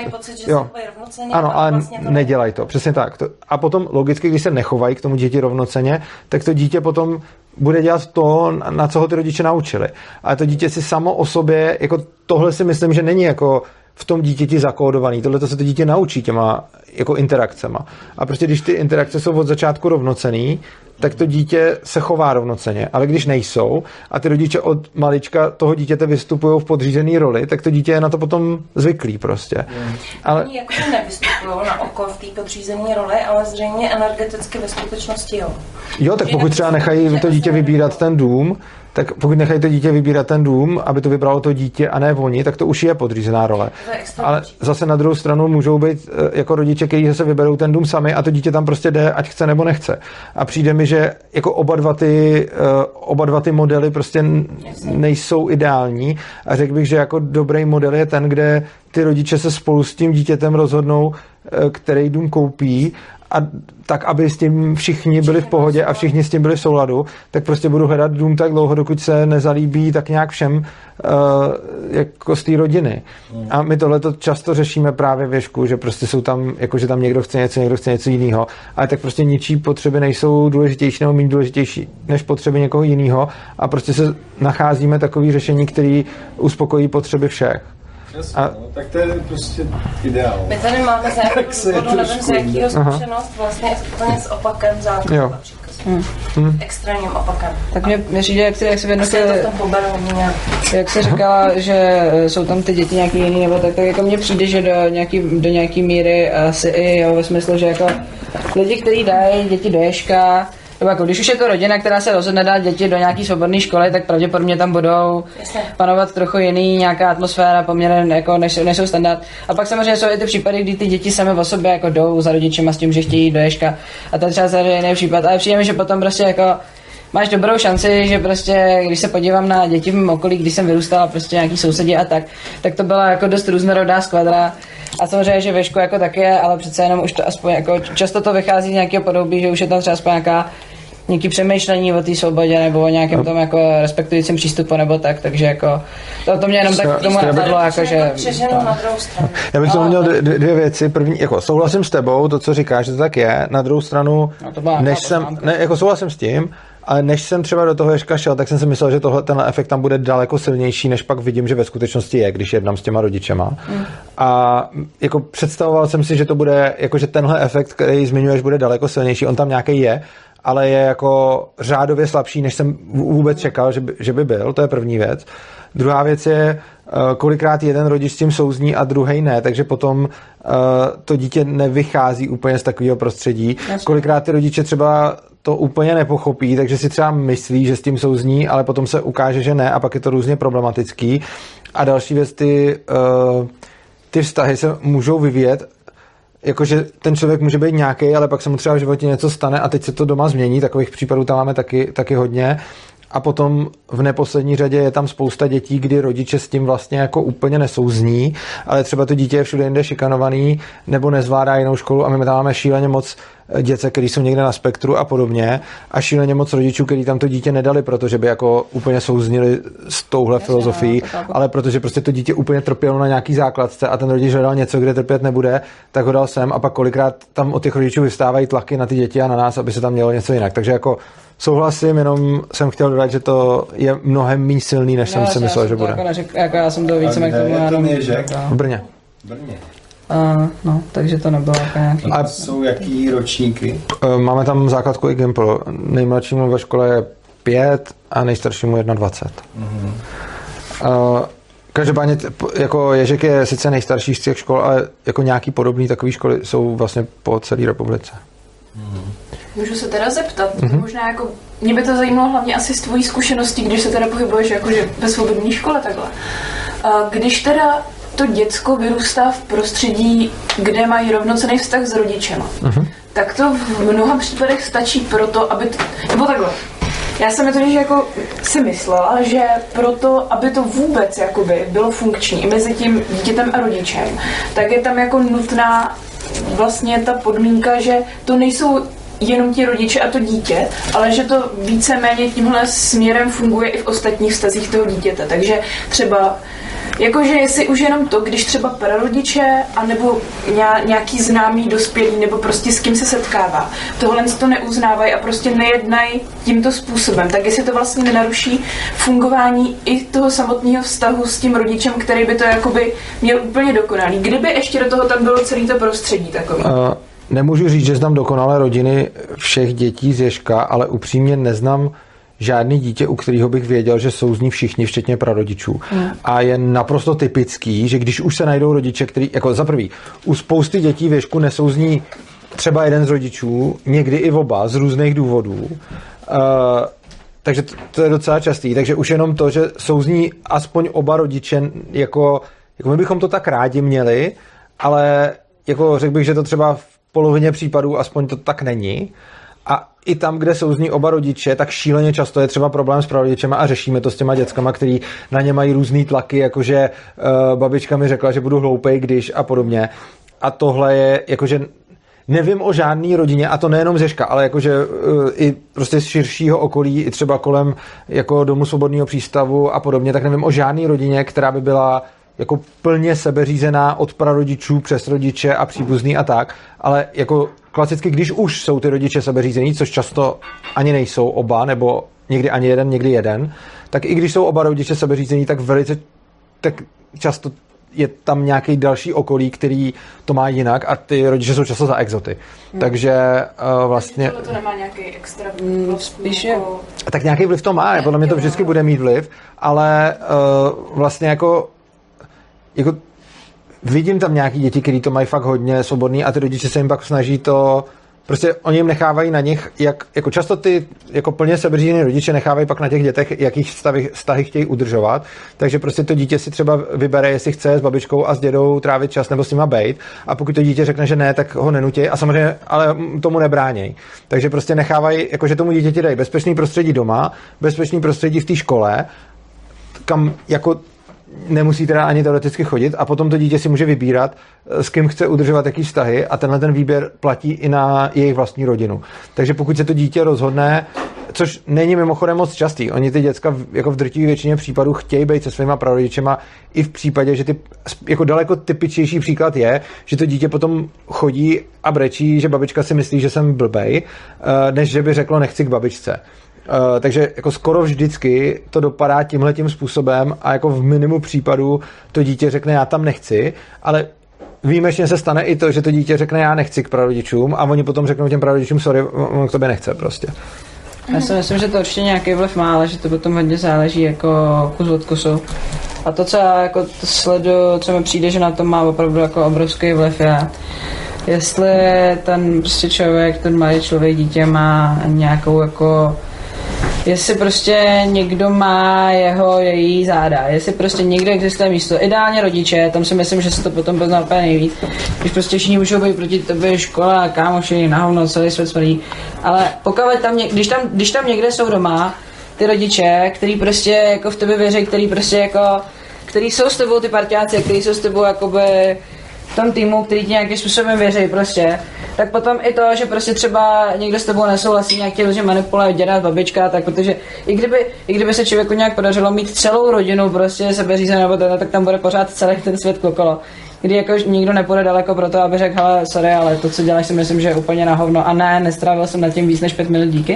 Ano, ale vlastně nedělají to, přesně tak. A potom logicky, když se nechovají k tomu děti rovnocenně, tak to dítě potom bude dělat to, na co ho ty rodiče naučili. Ale to dítě si samo o sobě, jako tohle si myslím, že není jako v tom dítěti zakódovaný. Tohle to se to dítě naučí těma jako interakcema. A prostě když ty interakce jsou od začátku rovnocenný, tak to dítě se chová rovnocenně. Ale když nejsou a ty rodiče od malička toho dítěte vystupují v podřízený roli, tak to dítě je na to potom zvyklý prostě. Ale oni jako nevystupují na oko v té podřízené roli, ale zřejmě energeticky ve skutečnosti jo. Jo, tak pokud třeba nechají to dítě vybírat ten dům, tak pokud nechají to dítě vybírat ten dům, aby to vybralo to dítě a ne oni, tak to už je podřízená role. Ale zase na druhou stranu můžou být jako rodiče, kteří se vyberou ten dům sami a to dítě tam prostě jde, ať chce nebo nechce. A přijde mi, že jako oba dva ty modely prostě nejsou ideální a řekl bych, že jako dobrý model je ten, kde ty rodiče se spolu s tím dítětem rozhodnou, který dům koupí, a tak, aby s tím všichni byli v pohodě a všichni s tím byli v souladu, tak prostě budu hledat dům tak dlouho, dokud se nezalíbí tak nějak všem jako z té rodiny. A my tohleto často řešíme právě v Ježku, že prostě jsou tam, jako že tam někdo chce něco jiného, ale tak prostě ničí potřeby nejsou důležitější nebo méně důležitější než potřeby někoho jiného a prostě se nacházíme takový řešení, který uspokojí potřeby všech. Jasně, tak to je prostě ideál. My tady máme z nějakého důvodu, nevím z jakého zkušenost, vlastně úplně s opakem zákona a příkazu. Extrémním opakem. Tak mě přijde, jak se v jak se říkala, že jsou tam ty děti nějaký jiný, nebo tak jako mně přijde, že do nějaký míry asi i jo, ve smyslu, že jako lidi, kteří dají děti do Ježka, nebo jako když už je to rodina, která se rozhodne dát děti do nějaký svobodné školy, tak pravděpodobně tam budou panovat trochu jiný nějaká atmosféra, poměrně jako než jsou standard. A pak samozřejmě jsou i ty případy, kdy ty děti sami o sobě jako jdou za rodičema s tím, že chtějí jít do Ježka. A to je třeba jiný případ. Ale přijde mi, že potom prostě jako máš dobrou šanci, že prostě, když se podívám na děti v mém okolí, když jsem vyrůstala, prostě nějaký sousedí a tak to byla jako dost různorodá skvadra. A samozřejmě, že ve škole jako tak je, ale přece jenom už to aspoň jako často to vychází z nějakého podobí, že už je tam třeba aspoň nějaká nějaký přemýšlení o té svobodě nebo o nějakém tom jako respektujícím přístupu nebo tak, takže jako to mě jenom tak k tomu napadlo, jako že... Já bych tomu měl dvě věci. První, jako souhlasím s tebou, to, co říkáš, že to tak je. Na druhou stranu, jako souhlasím s tím, ale než jsem třeba do toho Ježka šel, tak jsem si myslel, že tenhle efekt tam bude daleko silnější, než pak vidím, že ve skutečnosti je, když jednám s těma rodičema. A jako představoval jsem si, že to bude, jako že tenhle efekt, který zmiňuješ, bude daleko silnější. On tam nějaký je, ale je jako řádově slabší, než jsem vůbec čekal, že by byl. To je první věc. Druhá věc je, kolikrát jeden rodič s tím souzní a druhej ne, takže potom to dítě nevychází úplně z takového prostředí. Kolikrát ty rodiče třeba to úplně nepochopí, takže si třeba myslí, že s tím souzní, ale potom se ukáže, že ne a pak je to různě problematický. A další věc, ty vztahy se můžou vyvíjet, jakože ten člověk může být nějaký, ale pak se mu třeba v životě něco stane a teď se to doma změní, takových případů tam máme taky hodně. A potom v neposlední řadě je tam spousta dětí, kdy rodiče s tím vlastně jako úplně nesouzní, ale třeba to dítě je všude jinde šikanovaný nebo nezvládá jinou školu a my tam máme šíleně moc dětce, který jsou někde na spektru a podobně a šíleně moc rodičů, který tam to dítě nedali, protože by jako úplně souznili s touhle filozofií, ale protože prostě to dítě úplně trpělo na nějaký základce a ten rodič hledal něco, kde trpět nebude, tak ho dal sem a pak kolikrát tam od těch rodičů vystávají tlaky na ty děti a na nás, aby se tam mělo něco jinak. Takže jako souhlasím, jenom jsem chtěl dodat, že to je mnohem méně silný, než jsem si myslel, že bude. Jako já jsem to víceméně k tomu v Brně. No, takže to nebylo jako nějaký. A jsou jaký ročníky? Máme tam základku i Gimpl. Nejmladšímu ve škole je 5 a nejstaršímu 21. Každopádně jako Ježek je sice nejstarší z těch škol, ale jako nějaký podobný takový školy jsou vlastně po celé republice. Můžu se teda zeptat, možná jako, mě by to zajímalo hlavně asi z tvojí zkušenosti, když se teda pohybuješ jakože ve svobodné škole takhle. Když teda to děcko vyrůstá v prostředí, kde mají rovnocenný vztah s rodičema, tak to v mnoha případech stačí proto, aby nebo takhle. Já jsem totiž jako si myslela, že proto, aby to vůbec jakoby bylo funkční i mezi tím dítětem a rodičem, tak je tam jako nutná vlastně ta podmínka, že to nejsou jenom ti rodiče a to dítě, ale že to víceméně tímhle směrem funguje i v ostatních vztazích toho dítěte. Takže třeba jakože jestli už jenom to, když třeba prarodiče anebo nějaký známý dospělý nebo prostě s kým se setkává, tohle to neuznávají a prostě nejednají tímto způsobem, tak jestli to vlastně nenaruší fungování i toho samotného vztahu s tím rodičem, který by to jakoby měl úplně dokonalý. Kdyby ještě do toho tam bylo celé to prostředí takový. Nemůžu říct, že znám dokonalé rodiny všech dětí z Ježka, ale upřímně neznám žádný dítě, u kterého bych věděl, že souzní všichni, včetně prarodičů. A je naprosto typický, že když už se najdou rodiče, který, jako za prvý, u spousty dětí v Ježku nesouzní třeba jeden z rodičů, někdy i oba, z různých důvodů. Takže to je docela častý. Takže už jenom to, že souzní aspoň oba rodiče, jako my bychom to tak rádi měli, ale jako řekl bych, že to třeba v polovině případů aspoň to tak není. A i tam, kde souzní oba rodiče, tak šíleně často je třeba problém s prarodičema a řešíme to s těma dětskama, který na ně mají různý tlaky, jakože babička mi řekla, že budu hloupej, když a podobně. A tohle je, jakože nevím o žádný rodině, a to nejenom z Ježka, ale jakože i prostě z širšího okolí, i třeba kolem jako Domu svobodného přístavu a podobně, tak nevím o žádný rodině, která by byla jako plně sebeřízená od prarodičů přes rodiče a příbuzný a tak, ale jako klasicky, když už jsou ty rodiče sebeřízení, což často ani nejsou oba, nebo někdy ani jeden, někdy jeden, tak i když jsou oba rodiče sebeřízení, tak velice tak často je tam nějaký další okolí, který to má jinak a ty rodiče jsou často za exoty. Takže vlastně... To nemá nějaký extra spíš tak nějaký vliv to má, podle mě to vždycky bude mít vliv, ale vlastně jako vidím tam nějaký děti, kteří to mají fakt hodně svobodný a ty rodiče se jim pak snaží to, prostě oni jim nechávají na nich, jako často ty jako plně sebeřízený rodiče nechávají pak na těch dětech, jakých vztahy chtějí udržovat, takže prostě to dítě si třeba vybere, jestli chce s babičkou a s dědou trávit čas nebo s nima bejt a pokud to dítě řekne, že ne, tak ho nenutí a samozřejmě, ale tomu nebráněj. Takže prostě nechávají, jakože tomu dítěti dají bezpečný prostředí doma, bezpečný prostředí v té škole, kam jako nemusí teda ani teoreticky chodit a potom to dítě si může vybírat, s kým chce udržovat jaký vztahy a tenhle ten výběr platí i na jejich vlastní rodinu. Takže pokud se to dítě rozhodne, což není mimochodem moc častý, oni ty děcka jako v drtivé většině případů chtějí být se svýma prarodičema i v případě, že jako daleko typičtější příklad je, že to dítě potom chodí a brečí, že babička si myslí, že jsem blbej, než že by řeklo nechci k babičce. Takže jako skoro vždycky to dopadá tímhletím způsobem a jako v minimu případů to dítě řekne já tam nechci, ale výjimečně se stane i to, že to dítě řekne já nechci k prarodičům a oni potom řeknou těm prarodičům sorry, on k tobě nechce prostě. Já si myslím, že to určitě nějaký vliv má, ale že to potom hodně záleží jako kus od kusu. A to, co já jako sleduju, co mi přijde, že na to má opravdu jako obrovský vliv, je, jestli ten prostě člověk, ten mladý člověk, dítě má nějakou jako, jestli prostě někdo má její záda, jestli prostě někde existuje místo, ideálně rodiče, tam si myslím, že se to potom pozná úplně nejvíc, když prostě všichni můžou být proti tobě, škola, kámoši, na hovno, celý svět smrdí, ale pokud tam, když tam někde jsou doma ty rodiče, který prostě jako v tebe věří, který prostě jako, který jsou s tebou ty parťáci, který jsou s tebou jakoby v tom týmu, který ti nějakým způsobem věří prostě, tak potom i to, že prostě třeba někdo s tebou nesouhlasí, nějak tě různě manipuluje děda, babička, tak protože i kdyby se člověku nějak podařilo mít celou rodinu prostě sebeřízenou nebo tak tam bude pořád celý ten svět okolo. Kdy jako nikdo nepůjde daleko pro to, aby řekl, hele, sorry, ale to, co děláš, si myslím, že je úplně na hovno a ne, nestrávil jsem nad tím víc než 5 minut, díky.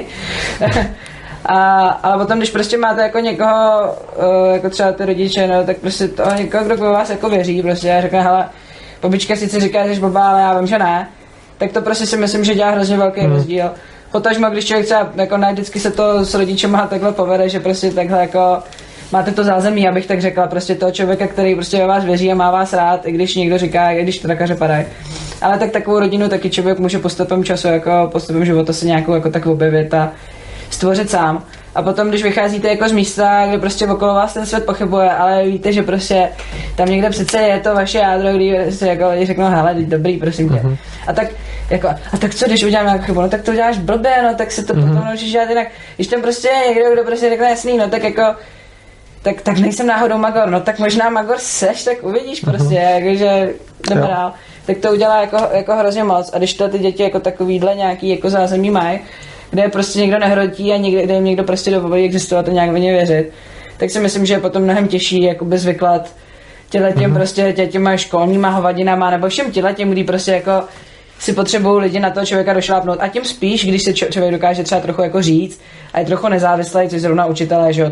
Ale potom, když prostě máte jako někoho, jako třeba ty rodiče, no, tak prostě toho někoho, kdo po vás jako věří, prostě a řekne, hele, babička sice říká, že jsi blbá, ale já vím, že ne, tak to prostě si myslím, že dělá hrozně velký rozdíl. Potažmo, když člověk třeba, jako ne vždycky se to s rodičema takhle povede, že prostě takhle jako máte to zázemí, abych tak řekla, prostě toho člověka, který prostě ve vás věří a má vás rád, i když někdo říká, i když trakaře padají. Ale tak takovou rodinu taky člověk může postupem času, jako postupem života se nějakou jako tak objevit a stvořit sám. A potom, když vycházíte jako z místa, kde prostě okolo vás ten svět pochybuje, ale víte, že prostě tam někde přece je to vaše jádro, kdy se jako lidi řeknou, hele, dobrý, prosím tě. A tak co, když udělám nějakou chybu, no tak to uděláš blbě, no tak se to potom naučíš dělat jinak. Když tam prostě někdo, kdo prostě řekne jasný, no tak jako tak nejsem náhodou magor, no tak možná magor seš, tak uvidíš prostě, jakože jdeme dál. Tak to udělá jako hrozně moc. A když to ty děti jako takovýhle nějaký jako zázemí mají, kde prostě někdo nehrotí a kde jim někdo prostě dovolí existovat a nějak v ně věřit, tak si myslím, že je potom mnohem těžší jakoby zvyklat těm prostě těma školníma hovadinama nebo všem těm, kdy prostě jako si potřebují lidi na toho člověka došlápnout a tím spíš, když se člověk dokáže třeba trochu jako říct a je trochu nezávislý, což zrovna učitelé, že jo,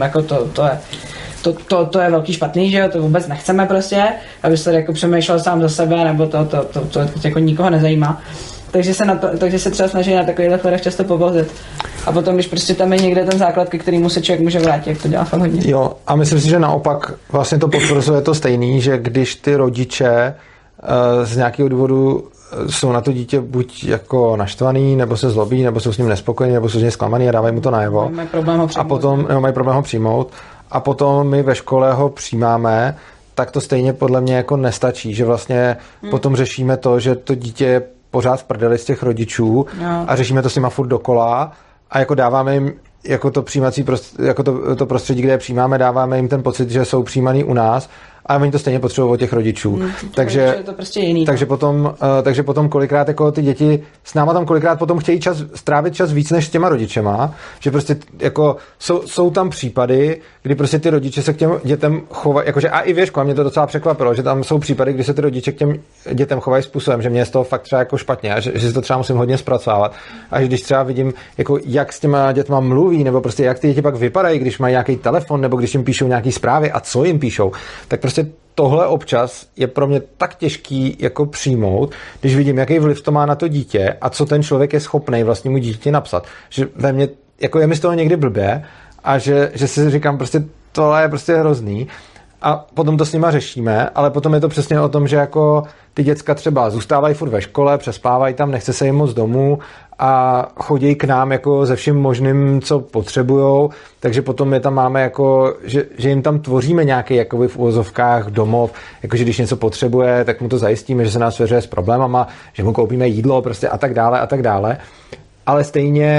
to je velký špatný, že jo, to vůbec nechceme prostě, abyste jako přemýšlel sám za sebe, nebo to jako nikoho nezajímá. Takže se třeba snaží na takovýchhle chledech často povozit. A potom, když prostě tam je někde ten základ, ke kterému se člověk může vrátit, jak to dělá fakt hodně. Jo, a myslím si, že naopak vlastně to potvrzuje to stejný, že když ty rodiče z nějakého důvodu jsou na to dítě buď jako naštvaný, nebo se zlobí, nebo jsou s ním nespokojení, nebo jsou s ním zklamaný a dávají mu to najevo. Mají problém ho přijmout. A potom my ve škole ho přijímáme, tak to stejně podle mě jako nestačí, že vlastně potom řešíme to, že to dítě je pořád v prdeli z těch rodičů a řešíme to s nima furt dokola a jako dáváme jim jako to přijímací jako to prostředí, kde je přijímáme, dáváme jim ten pocit, že jsou přijímaný u nás a oni to stejně potřebují od těch rodičů. Takže je to prostě jiný. Takže potom kolikrát jako ty děti s náma tam kolikrát potom chtějí strávit čas víc než s těma rodičema, že prostě jako jsou tam případy, kdy prostě ty rodiče se k těm dětem chovají, jakože a i věřku, a mě to docela překvapilo, že tam jsou případy, kdy se ty rodiče k těm dětem chovají způsobem, že mě je z toho fakt třeba jako špatně a že si to třeba musím hodně zpracovat. A že když třeba vidím, jako jak s těma dětma mluví, nebo prostě jak ty děti pak vypadají, když mají nějaký telefon, nebo když jim píšou nějaký zprávy a co jim píšou, tak prostě tohle občas je pro mě tak těžký jako přijmout, když vidím, jaký vliv to má na to dítě a co ten člověk je schopný vlastnímu dítěti napsat. Že ve mně, jako je mi z toho někdy blbě a že si říkám prostě tohle je prostě hrozný a potom to s nima řešíme, ale potom je to přesně o tom, že jako ty děcka třeba zůstávají furt ve škole, přespávají tam, nechce se jim moc domů a chodí k nám jako ze vším možným, co potřebujou, takže potom je tam máme jako, že jim tam tvoříme nějaký jakoby v uvozovkách domov, jakože když něco potřebuje, tak mu to zajistíme, že se nás svěřuje s problémama, že mu koupíme jídlo prostě a tak dále, ale stejně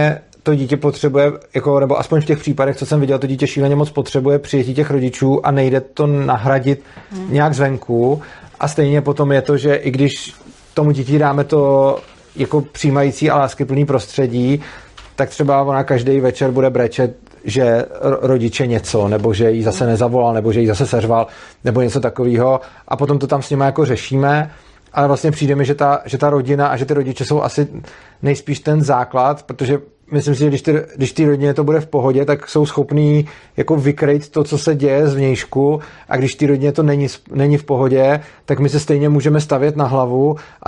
to dítě potřebuje, jako, nebo aspoň v těch případech, co jsem viděl, to dítě šíleně moc potřebuje přijetí těch rodičů a nejde to nahradit nějak zvenku. A stejně potom je to, že i když tomu dítě dáme to jako přijímající a láskyplný prostředí, tak třeba ona každý večer bude brečet, že rodiče něco, nebo že jí zase nezavolal, nebo že jí zase seřval, nebo něco takového. A potom to tam s nimi jako řešíme, ale vlastně přijde mi, že ta rodina a že ty rodiče jsou asi nejspíš ten základ, protože myslím si, že když ty rodině to bude v pohodě, tak jsou schopní jako vykrýt to, co se děje zvnějšku, a když ty rodině to není v pohodě, tak my se stejně můžeme stavět na hlavu a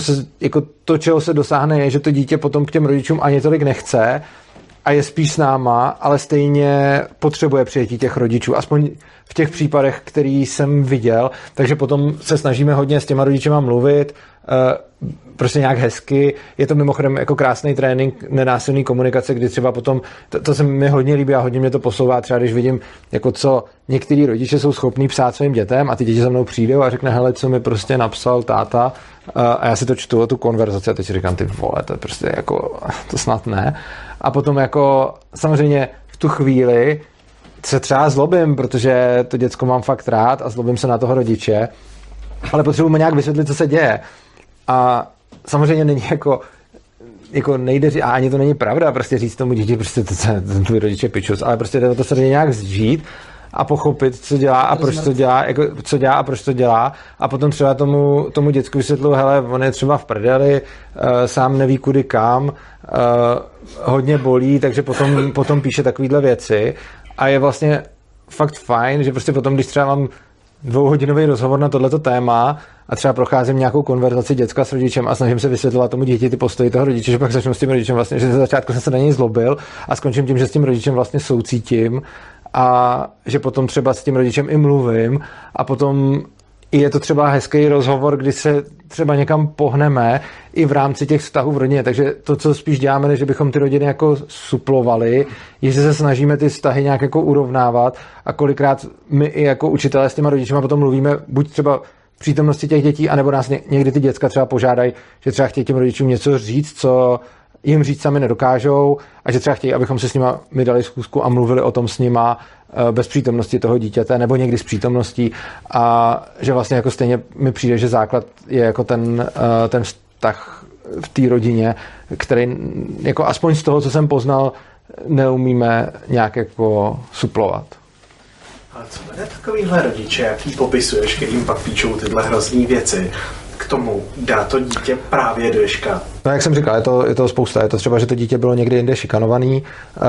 to, čeho se dosáhne, je, že to dítě potom k těm rodičům ani tolik nechce a je spíš s náma, ale stejně potřebuje přijetí těch rodičů, aspoň v těch případech, který jsem viděl, takže potom se snažíme hodně s těma rodičema mluvit, prostě nějak hezky. Je to mimochodem jako krásný trénink nenásilný komunikace, kdy třeba potom, to se mi hodně líbí a hodně mě to posouvá, třeba když vidím, jako co některý rodiče jsou schopní psát svým dětem a ty děti za mnou přijdou a řekne, hele, co mi prostě napsal táta, a já si to čtu, tu konverzaci, a teď si říkám, ty vole, to je prostě jako, to snad ne. A potom jako samozřejmě v tu chvíli se třeba zlobím, protože to děcko mám fakt rád a zlobím se na toho rodiče, ale potřebuji mu nějak vysvětlit, co se děje. A samozřejmě není jako nejde říct, a ani to není pravda, prostě říct tomu dítě, prostě ten tvůj rodiče pičus, ale prostě to se nějak zžít a pochopit, co dělá a proč to dělá, jako, co dělá a proč to dělá, a potom třeba tomu děcku vysvětlu, hele, on je třeba v prdeli, sám neví kudy kam, hodně bolí, takže potom píše takovýhle věci a je vlastně fakt fajn, že prostě potom, když třeba mám 2hodinový rozhovor na tohleto téma a třeba procházím nějakou konverzaci děcka s rodičem a snažím se vysvětlovat tomu dítěti ty postoji toho rodiče, že pak začnu s tím rodičem vlastně, že ze začátku jsem se na něj zlobil a skončím tím, že s tím rodičem vlastně soucítím a že potom třeba s tím rodičem i mluvím a potom je to třeba hezký rozhovor, kdy se třeba někam pohneme i v rámci těch vztahů v rodině. Takže to, co spíš děláme, než bychom ty rodiny jako suplovali, je, že se snažíme ty vztahy nějak jako urovnávat a kolikrát my i jako učitelé s těma rodičima potom mluvíme buď třeba v přítomnosti těch dětí, anebo nás někdy ty děcka třeba požádají, že třeba chtějí těm rodičům něco říct, co jim říct sami nedokážou a že třeba chtějí, abychom se s nima my dali schůzku a mluvili o tom s nima bez přítomnosti toho dítěte nebo někdy s přítomností, a že vlastně jako stejně mi přijde, že základ je jako ten vztah v té rodině, který jako aspoň z toho, co jsem poznal, neumíme nějak jako suplovat. Ale co je takovýhle rodiče, jaký popisuješ, kterým pak píčou tyhle hrozný věci, k tomu dá to dítě právě do ježka? No, jak jsem říkal, je to spousta. Je to třeba, že to dítě bylo někdy jinde šikanovaný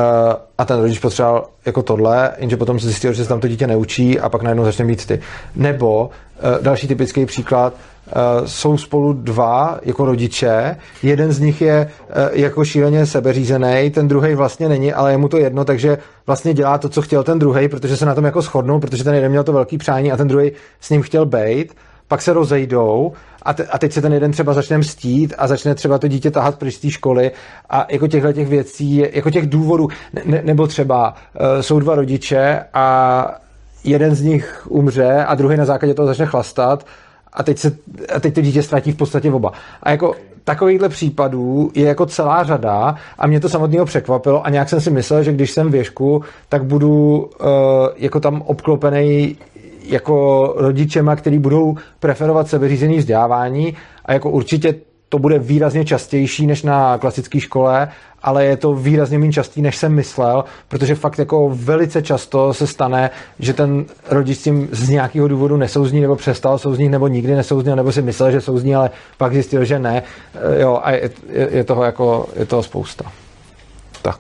a ten rodič potřeboval jako tohle, jenže potom se zjistil, že se tam to dítě neučí a pak najednou začne mít ty. Nebo další typický příklad, jsou spolu dva jako rodiče, jeden z nich je jako šíleně sebeřízený, ten druhej vlastně není, ale je mu to jedno, takže vlastně dělá to, co chtěl ten druhej, protože se na tom jako shodnou, protože ten jeden měl to velký přání a ten druhej s ním chtěl bejt, pak se rozejdou a teď se ten jeden třeba začne mstít a začne třeba to dítě tahat pryč z té školy a jako těchto těch věcí, jako těch důvodů, nebo třeba jsou dva rodiče a jeden z nich umře a druhý na základě toho začne chlastat a teď to dítě ztratí v podstatě oba. A jako takovýchhle případů je jako celá řada a mě to samotného překvapilo a nějak jsem si myslel, že když jsem v věšku, tak budu jako tam obklopený jako rodičema, který budou preferovat sebeřízený vzdělávání a jako určitě to bude výrazně častější než na klasické škole, ale je to výrazně méně častý, než jsem myslel, protože fakt jako velice často se stane, že ten rodič s tím z nějakého důvodu nesouzní, nebo přestal souznít, nebo nikdy nesouznil, nebo si myslel, že souzní, ale pak zjistil, že ne. Jo, a je toho spousta. Tak.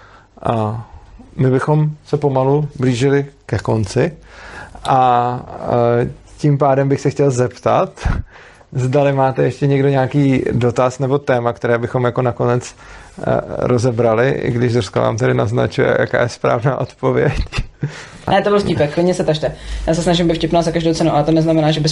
A my bychom se pomalu blížili ke konci a tím pádem bych se chtěl zeptat, zdali máte ještě někdo nějaký dotaz nebo téma, které bychom jako nakonec rozebrali, i když Zrska vám tedy naznačuje, jaká je správná odpověď. Ne, to byl vtipek, klidně se tažte. Já se snažím být vtipná za každou cenu, ale to neznamená, že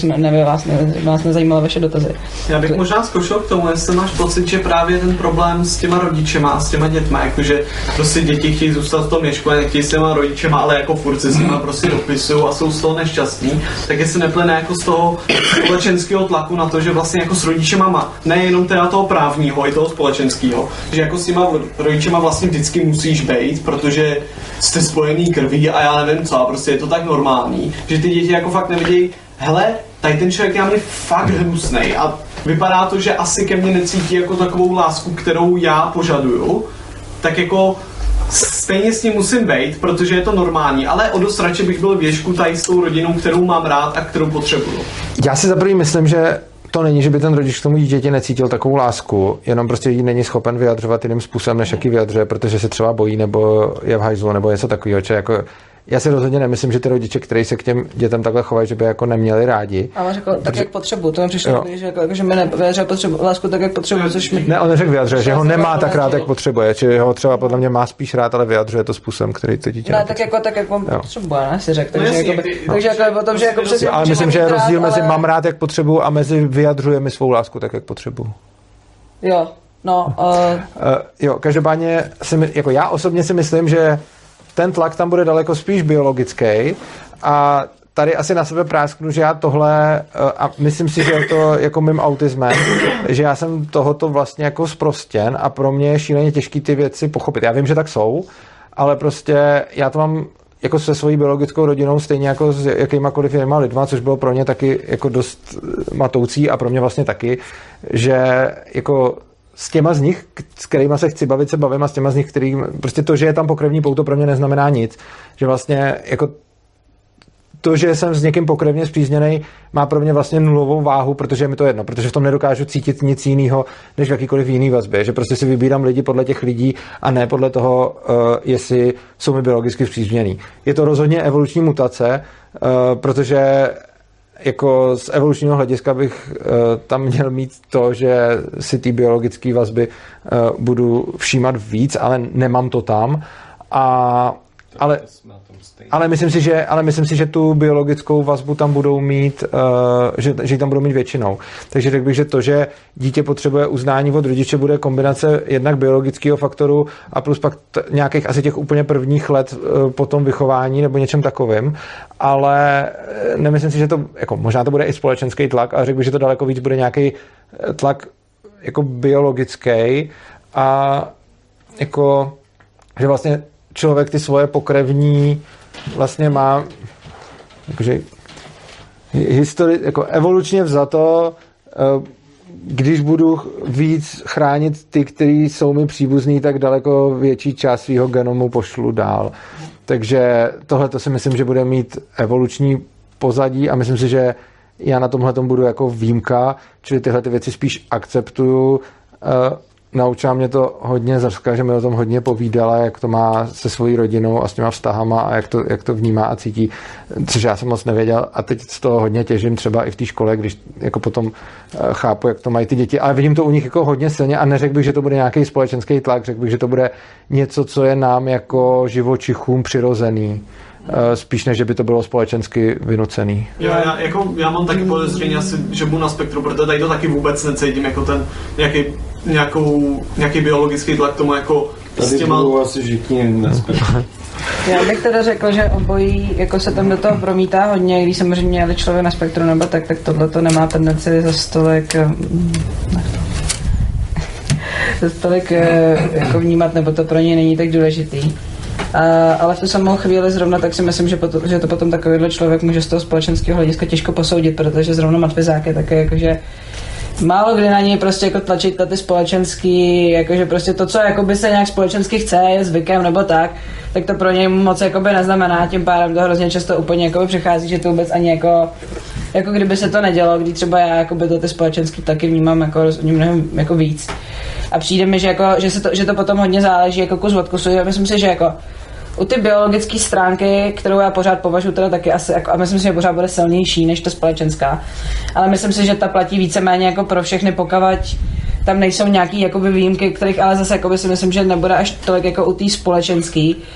vás nezajímalo vaše dotazy. Já bych možná zkoušel k tomu, jestli máš pocit, že právě ten problém s těma rodičema a s těma dětma, jakože prostě děti chtějí zůstat v tom měšku a nechtějí s těma rodičema, ale jako furt se s nima prostě dopisují a jsou z toho nešťastní, tak jestli neplyne jako z toho společenského tlaku na to, že vlastně jako s rodičema má, nejenom teda toho právního, i toho společenského, že jako s těma rodičema vlastně vždycky musíš bejt, protože jste spojený krví a já nevím co, a prostě je to tak normální, že ty děti jako fakt nevidějí, hele, tady ten člověk je mě fakt hnusnej a vypadá to, že asi ke mně necítí jako takovou lásku, kterou já požaduju, tak jako stejně s ním musím bejt, protože je to normální, ale o dost radši bych byl věšku tady s tou rodinou, kterou mám rád a kterou potřebuju. Já si za první myslím, že to není, že by ten rodič k tomu dítěti necítil takovou lásku, jenom prostě jí není schopen vyjadřovat jiným způsobem, než jaký vyjadřuje, protože se třeba bojí, nebo je v hajzlu, nebo něco takového. Jako, já si rozhodně nemyslím, že ty rodiče, kteří se k těm dětem takhle chovají, že by jako neměli rádi. Ale řekl tak, jak potřebuji. To mi přišlo, že mi nevyjadřuje lásku tak, jak potřebuji, což mi... Ne, on neřekl vyjadřuje, že ho nemá tak rád, jak potřebuje, či ho třeba podle mě má spíš rád, ale vyjadřuje to způsobem, který to dítě ne, tak jak on potřebuje, ne, si řekl. Takže jako o tom, že jako přesně... Ale myslím, že je rozdíl mezi mám rád, jak potřebuju, a mezi vyjadřuje mi svou lásku tak, jak potřebuju. Jo, no... Jo, každopádně jako já osobně si myslím, že ten tlak tam bude daleko spíš biologický a tady asi na sebe prásknu, že já tohle, a myslím si, že je to jako mým autismem, že já jsem tohoto vlastně jako zprostěn a pro mě je šíleně těžký ty věci pochopit. Já vím, že tak jsou, ale prostě já to mám jako se svojí biologickou rodinou stejně jako s jakýmakoliv jinýma lidma, což bylo pro ně taky jako dost matoucí a pro mě vlastně taky, že jako s těma z nich, s kterýma se chci bavit, se bavím, a s těma z nich, kterým prostě to, že je tam pokrevní pouto, pro mě neznamená nic. Že vlastně jako to, že jsem s někým pokrevně spřízněnej, má pro mě vlastně nulovou váhu, protože je mi to jedno, protože v tom nedokážu cítit nic jiného, než v jakýkoliv jiný vazbě. Že prostě si vybírám lidi podle těch lidí a ne podle toho, jestli jsou mi biologicky spřízněný. Je to rozhodně evoluční mutace, protože jako z evolučního hlediska bych tam měl mít to, že si ty biologické vazby budu všímat víc, ale nemám to tam. Ale myslím si, že tu biologickou vazbu tam budou mít, že ji tam budou mít většinou. Takže řekl bych, že to, že dítě potřebuje uznání od rodiče, bude kombinace jednak biologického faktoru a plus pak nějakých asi těch úplně prvních let po tom vychování nebo něčem takovým. Ale nemyslím si, že to, jako možná to bude i společenský tlak, ale řekl bych, že to daleko víc bude nějaký tlak jako biologický a jako, že vlastně člověk ty svoje pokrevní vlastně má jakože jako evolučně vzato, když budu víc chránit ty, kteří jsou mi příbuzní, tak daleko větší část svého genomu pošlu dál. Takže tohle to si myslím, že bude mít evoluční pozadí a myslím si, že já na tomhle tom budu jako výjimka, čili tyhle ty věci spíš akceptuju. Naučila mě to hodně Zrska, že mi o tom hodně povídala, jak to má se svojí rodinou a s těma vztahama a jak to vnímá a cítí, což já jsem moc nevěděl a teď z toho hodně těžím třeba i v té škole, když jako potom chápu, jak to mají ty děti, ale vidím to u nich jako hodně silně a neřekl bych, že to bude nějaký společenský tlak, řekl bych, že to bude něco, co je nám jako živočichům přirozený. Spíš než, že by to bylo společensky vynucený. Já mám taky podezření asi, že budu na spektru, protože tady to taky vůbec necítím jako ten nějaký biologický tlak tomu jako tady s těma... Tady asi žitní na spektru. Já bych teda řekl, že obojí jako se tam do toho promítá hodně, když samozřejmě měli člověk na spektru nebo tak tohle to nemá tendenci za stolik jako vnímat, nebo to pro něj není tak důležitý. Ale v tu samou chvíli zrovna tak si myslím, že to potom takovýhle člověk může z toho společenského hlediska těžko posoudit, protože zrovna matvizák je také jakože málo kdy na něj prostě jako tlačit na ty společenský, jakože prostě to, co jakoby se nějak společensky chce, je zvykem nebo tak to pro něj moc jakoby neznamená, tím pádem to hrozně často úplně jakoby přechází, že to vůbec ani jako kdyby se to nedělo, kdy třeba já jakoby to ty společenský taky vnímám jako rozhodně mnohem jako víc. A přijde mi, že to potom hodně záleží jako kus od kusu. Já myslím si, že jako u ty biologické stránky, kterou já pořád považuji teda taky asi, jako, a myslím si, že pořád bude silnější než ta společenská, ale myslím si, že ta platí víceméně jako pro všechny, pokud tam nejsou nějaký jakoby výjimky, kterých ale zase jakoby si myslím, že nebude až tolik jako u té společenský,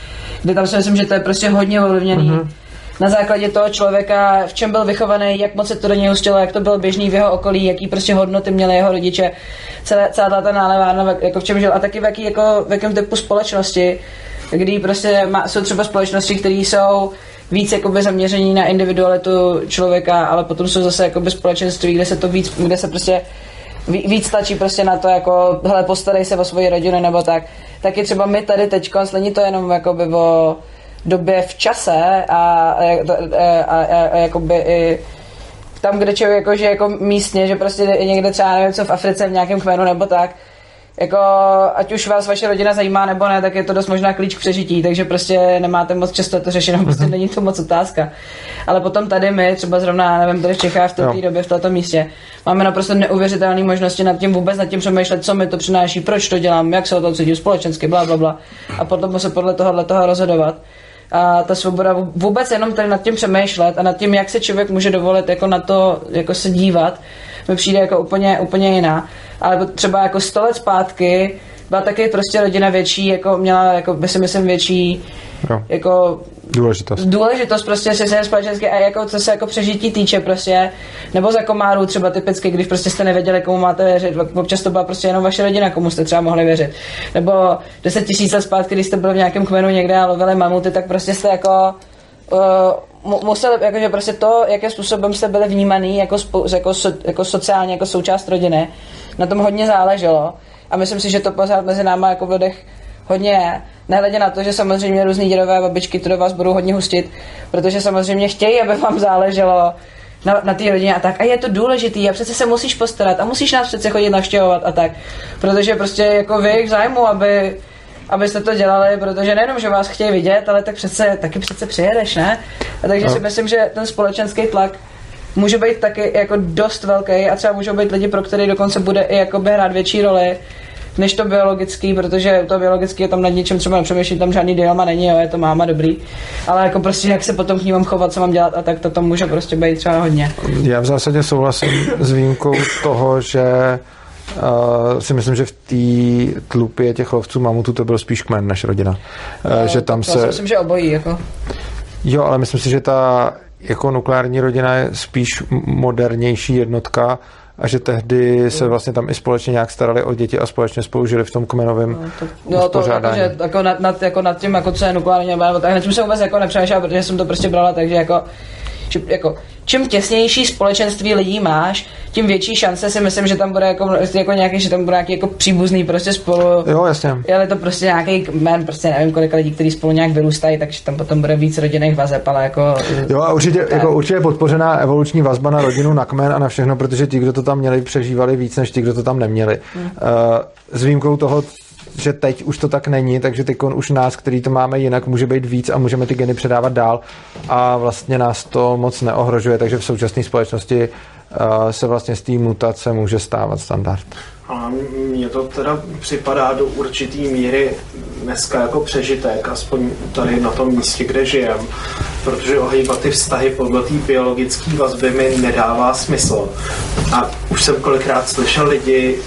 Kdy tam si myslím, že to je prostě hodně ovlivněný. Na základě toho člověka, v čem byl vychovaný, jak moc se to do něj hustilo, jak to bylo běžný v jeho okolí, jaký prostě hodnoty měli jeho rodiče, celá ta nálevárna, jako v čem žil a taky v jakém typu společnosti, kdy prostě jsou třeba společnosti, které jsou víc jakoby zaměření na individualitu člověka, ale potom jsou zase jakoby společenství, kde se prostě víc tlačí prostě na to, jako hele, postarej se o svoji rodinu nebo tak. Taky třeba my tady teďko, není to jenom jakoby o době v čase a jakoby i tam, kde člověk jako, že jako místně, že prostě někde třeba nevím co v Africe v nějakém kmenu nebo tak, jako ať už vás vaše rodina zajímá nebo ne, tak je to dost možná klíč k přežití, takže prostě nemáte moc často to řešeno, prostě není to moc otázka. Ale potom tady my, třeba zrovna, nevím, tady v Čechách v té době, v tomto místě, máme naprosto neuvěřitelné možnosti nad tím přemýšlet, co mi to přináší, proč to dělám, jak se o to cítím společensky, bla, bla, bla. A potom se podle toho rozhodovat. A ta svoboda vůbec jenom tady nad tím přemýšlet a nad tím, jak se člověk může dovolit jako na to jako se dívat, mi přijde jako úplně jiná. Ale třeba jako 100 let zpátky byla taky prostě rodina větší, jako měla, jako by si myslím, větší jako důležitost prostě se společensky a jako co se jako přežití týče prostě, nebo za komárů třeba typicky, když prostě jste nevěděli, komu máte věřit, občas to byla prostě jenom vaše rodina, komu jste třeba mohli věřit. Nebo 10 000 let zpátky, když jste byli v nějakém kmenu někde a lovili mamuty, tak prostě jste jako museli, jakože prostě to, jakým způsobem jste byli vnímaný jako sociálně, jako součást rodiny, na tom hodně záleželo. A myslím si, že to pořád mezi náma jako v lidech hodně je. Nehledě na to, že samozřejmě různý dědové a babičky to do vás budou hodně hustit, protože samozřejmě chtějí, aby vám záleželo na té rodině a tak. A je to důležitý a přece se musíš postarat a musíš nás přece chodit navštěvovat a tak. Protože prostě jako v jejich zájmu, abyste to dělali, protože nejenom, že vás chtějí vidět, ale taky přece přijedeš, ne? A takže si myslím, že ten společenský tlak může být taky jako dost velký a třeba můžou být lidi, pro který dokonce bude i jakoby hrát větší roli než to biologický, protože to biologický je tam nad něčem třeba nepřemýšlím, tam žádný dilema není, jo, je to máma dobrý, ale jako prostě jak se potom k ní mám chovat, co mám dělat a tak to tam může prostě být třeba hodně. Já v zásadě souhlasím s výjimkou toho, že si myslím, že v té tlupě těch lovců mamutů to byl spíš kmen než rodina. Že tam si myslím, že obojí. Jako. Jo, ale myslím si, že ta jako nukleární rodina je spíš modernější jednotka a že tehdy se vlastně tam i společně nějak starali o děti a společně spolu žili v tom kmenovém uspořádání. Jako nad tím, jako co je nukleární rodina, tak na čím jsem vůbec jako nepřemýšlela, protože jsem to prostě brala, takže jako čím těsnější společenství lidí máš, tím větší šance si myslím, že tam bude jako nějaký, že tam bude nějaký jako příbuzný prostě spolu. Jo, jasně. Je to prostě nějaký kmen, prostě nevím kolika lidí, kteří spolu nějak vyrůstají, takže tam potom bude víc rodinných vazeb, ale jako. Jo, a určitě podpořená evoluční vazba na rodinu, na kmen a na všechno, protože ti, kdo to tam měli, přežívali víc než ti, kdo to tam neměli. S výjimkou toho, že teď už to tak není, takže teď už nás, který to máme jinak, může být víc a můžeme ty geny předávat dál a vlastně nás to moc neohrožuje, takže v současné společnosti se vlastně z té mutace může stávat standard. A mně to teda připadá do určitý míry dneska jako přežitek, aspoň tady na tom místě, kde žijem, protože ohýbat ty vztahy podle té biologické vazby mi nedává smysl. A už jsem kolikrát slyšel lidi,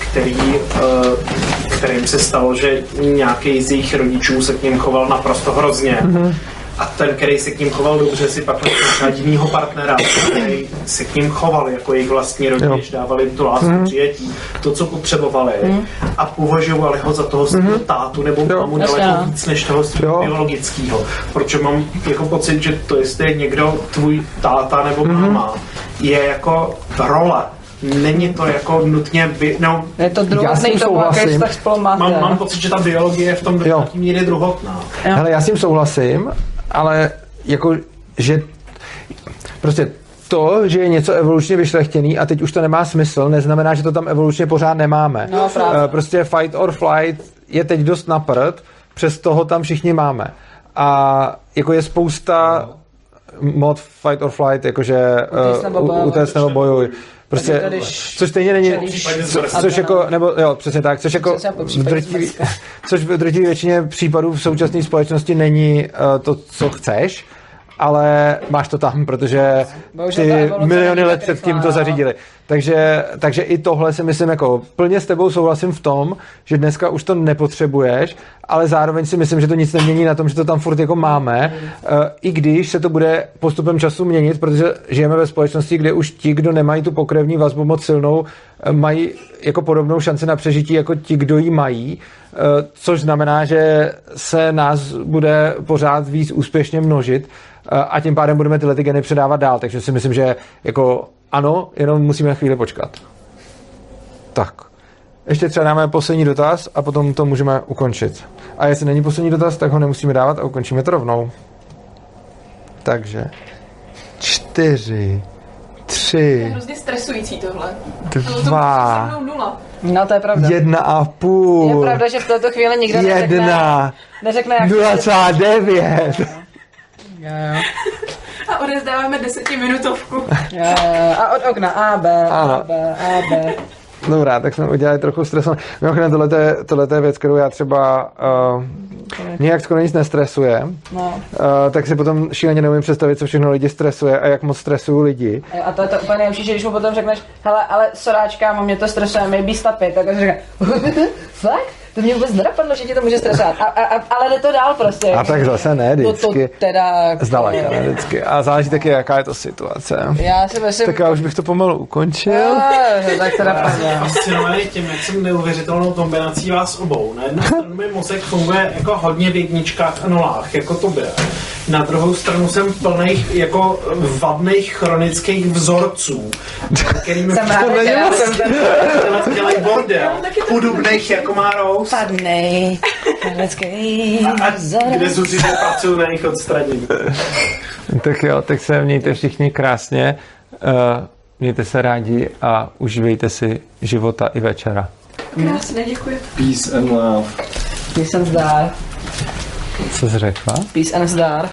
kterým se stalo, že nějaký z jejich rodičů se k ním choval naprosto hrozně. A ten, který se k ním choval dobře, si pak našel jinýho partnera, který se k ním choval jako jejich vlastní rodič, dávali jim tu lásku, přijetí, to, co potřebovali. A považovali ho za toho svého tátu nebo mamu daleko víc než toho svého biologického. Protože mám jako pocit, že to, jestli je někdo tvůj táta nebo máma, je jako role. Není to jako nutně je to druhotný, to jaký vztah spolu máte. Mám pocit, že ta biologie je v tom do nějaký míry druhotná. Hele, já s tím souhlasím, ale jako, že prostě to, že je něco evolučně vyšlechtěný a teď už to nemá smysl, neznamená, že to tam evolučně pořád nemáme. No, prostě fight or flight je teď dost na prd, přes toho tam všichni máme. A jako je spousta mod fight or flight, jakože utéct nebo bojuj. Prostě, což stejně není, což jako, nebo jo, přesně tak, což jako v drtivé většině případů v současné společnosti není to, co chceš, ale máš to tam, protože ty miliony let předtím to zařídili. Takže i tohle si myslím, jako plně s tebou souhlasím v tom, že dneska už to nepotřebuješ, ale zároveň si myslím, že to nic nemění na tom, že to tam furt jako máme, i když se to bude postupem času měnit, protože žijeme ve společnosti, kde už ti, kdo nemají tu pokrevní vazbu moc silnou, mají jako podobnou šanci na přežití jako ti, kdo ji mají, což znamená, že se nás bude pořád víc úspěšně množit a tím pádem budeme tyhle ty geny předávat dál, takže si myslím, že jako ano, jenom musíme chvíli počkat. Tak. Ještě třeba dáme poslední dotaz a potom to můžeme ukončit. A jestli není poslední dotaz, tak ho nemusíme dávat a ukončíme to rovnou. Takže 4, 3, To je hrozně stresující tohle. 2, 0. No to je pravda. 1,5. Je pravda, že v této chvíli nikdo 1, neřekne jak 0,9. A odezdáváme 10minutovku. A od okna A, B, A, B, A, B. Dobrá, tak jsme udělali trochu stresované. Mimochodem, tohle je věc, kterou já třeba nějak skoro nic nestresuje, tak si potom šíleně neumím představit, co všechno lidi stresuje a jak moc stresují lidi. A to je to úplně nejlepší, že když mu potom řekneš, hele, ale soráčka, mě to stresuje, maybe stop it, tak on řekne, fakt? To mě vůbec nenapadlo, že ti to může stresovat. Ale jde to dál prostě. A tak zase ne vždycky. To teda... Zdaleka ne vždycky. A záleží taky, jaká je to situace. Já si myslím... Tak já už bych to pomalu ukončil. Tak teda padne. Fascinovaný tím, jak jsem neuvěřitelnou kombinací vás obou. Na jednu stranu mi mozek funguje jako hodně v jedničkách a nulách, jako to bude. Na druhou stranu jsem plných jako vadných chronických vzorců, kterými dělají bordel, chudobných jako má Rose. Padnej, chronický vzorec. Kde Zuzi pracují na jejich odstranění. Tak jo, tak se mějte všichni krásně, mějte se rádi a užívejte si života i večera. Krásně, děkuji. Peace and love. Peace and zdar. Co jsi řekla? Peace and zdar.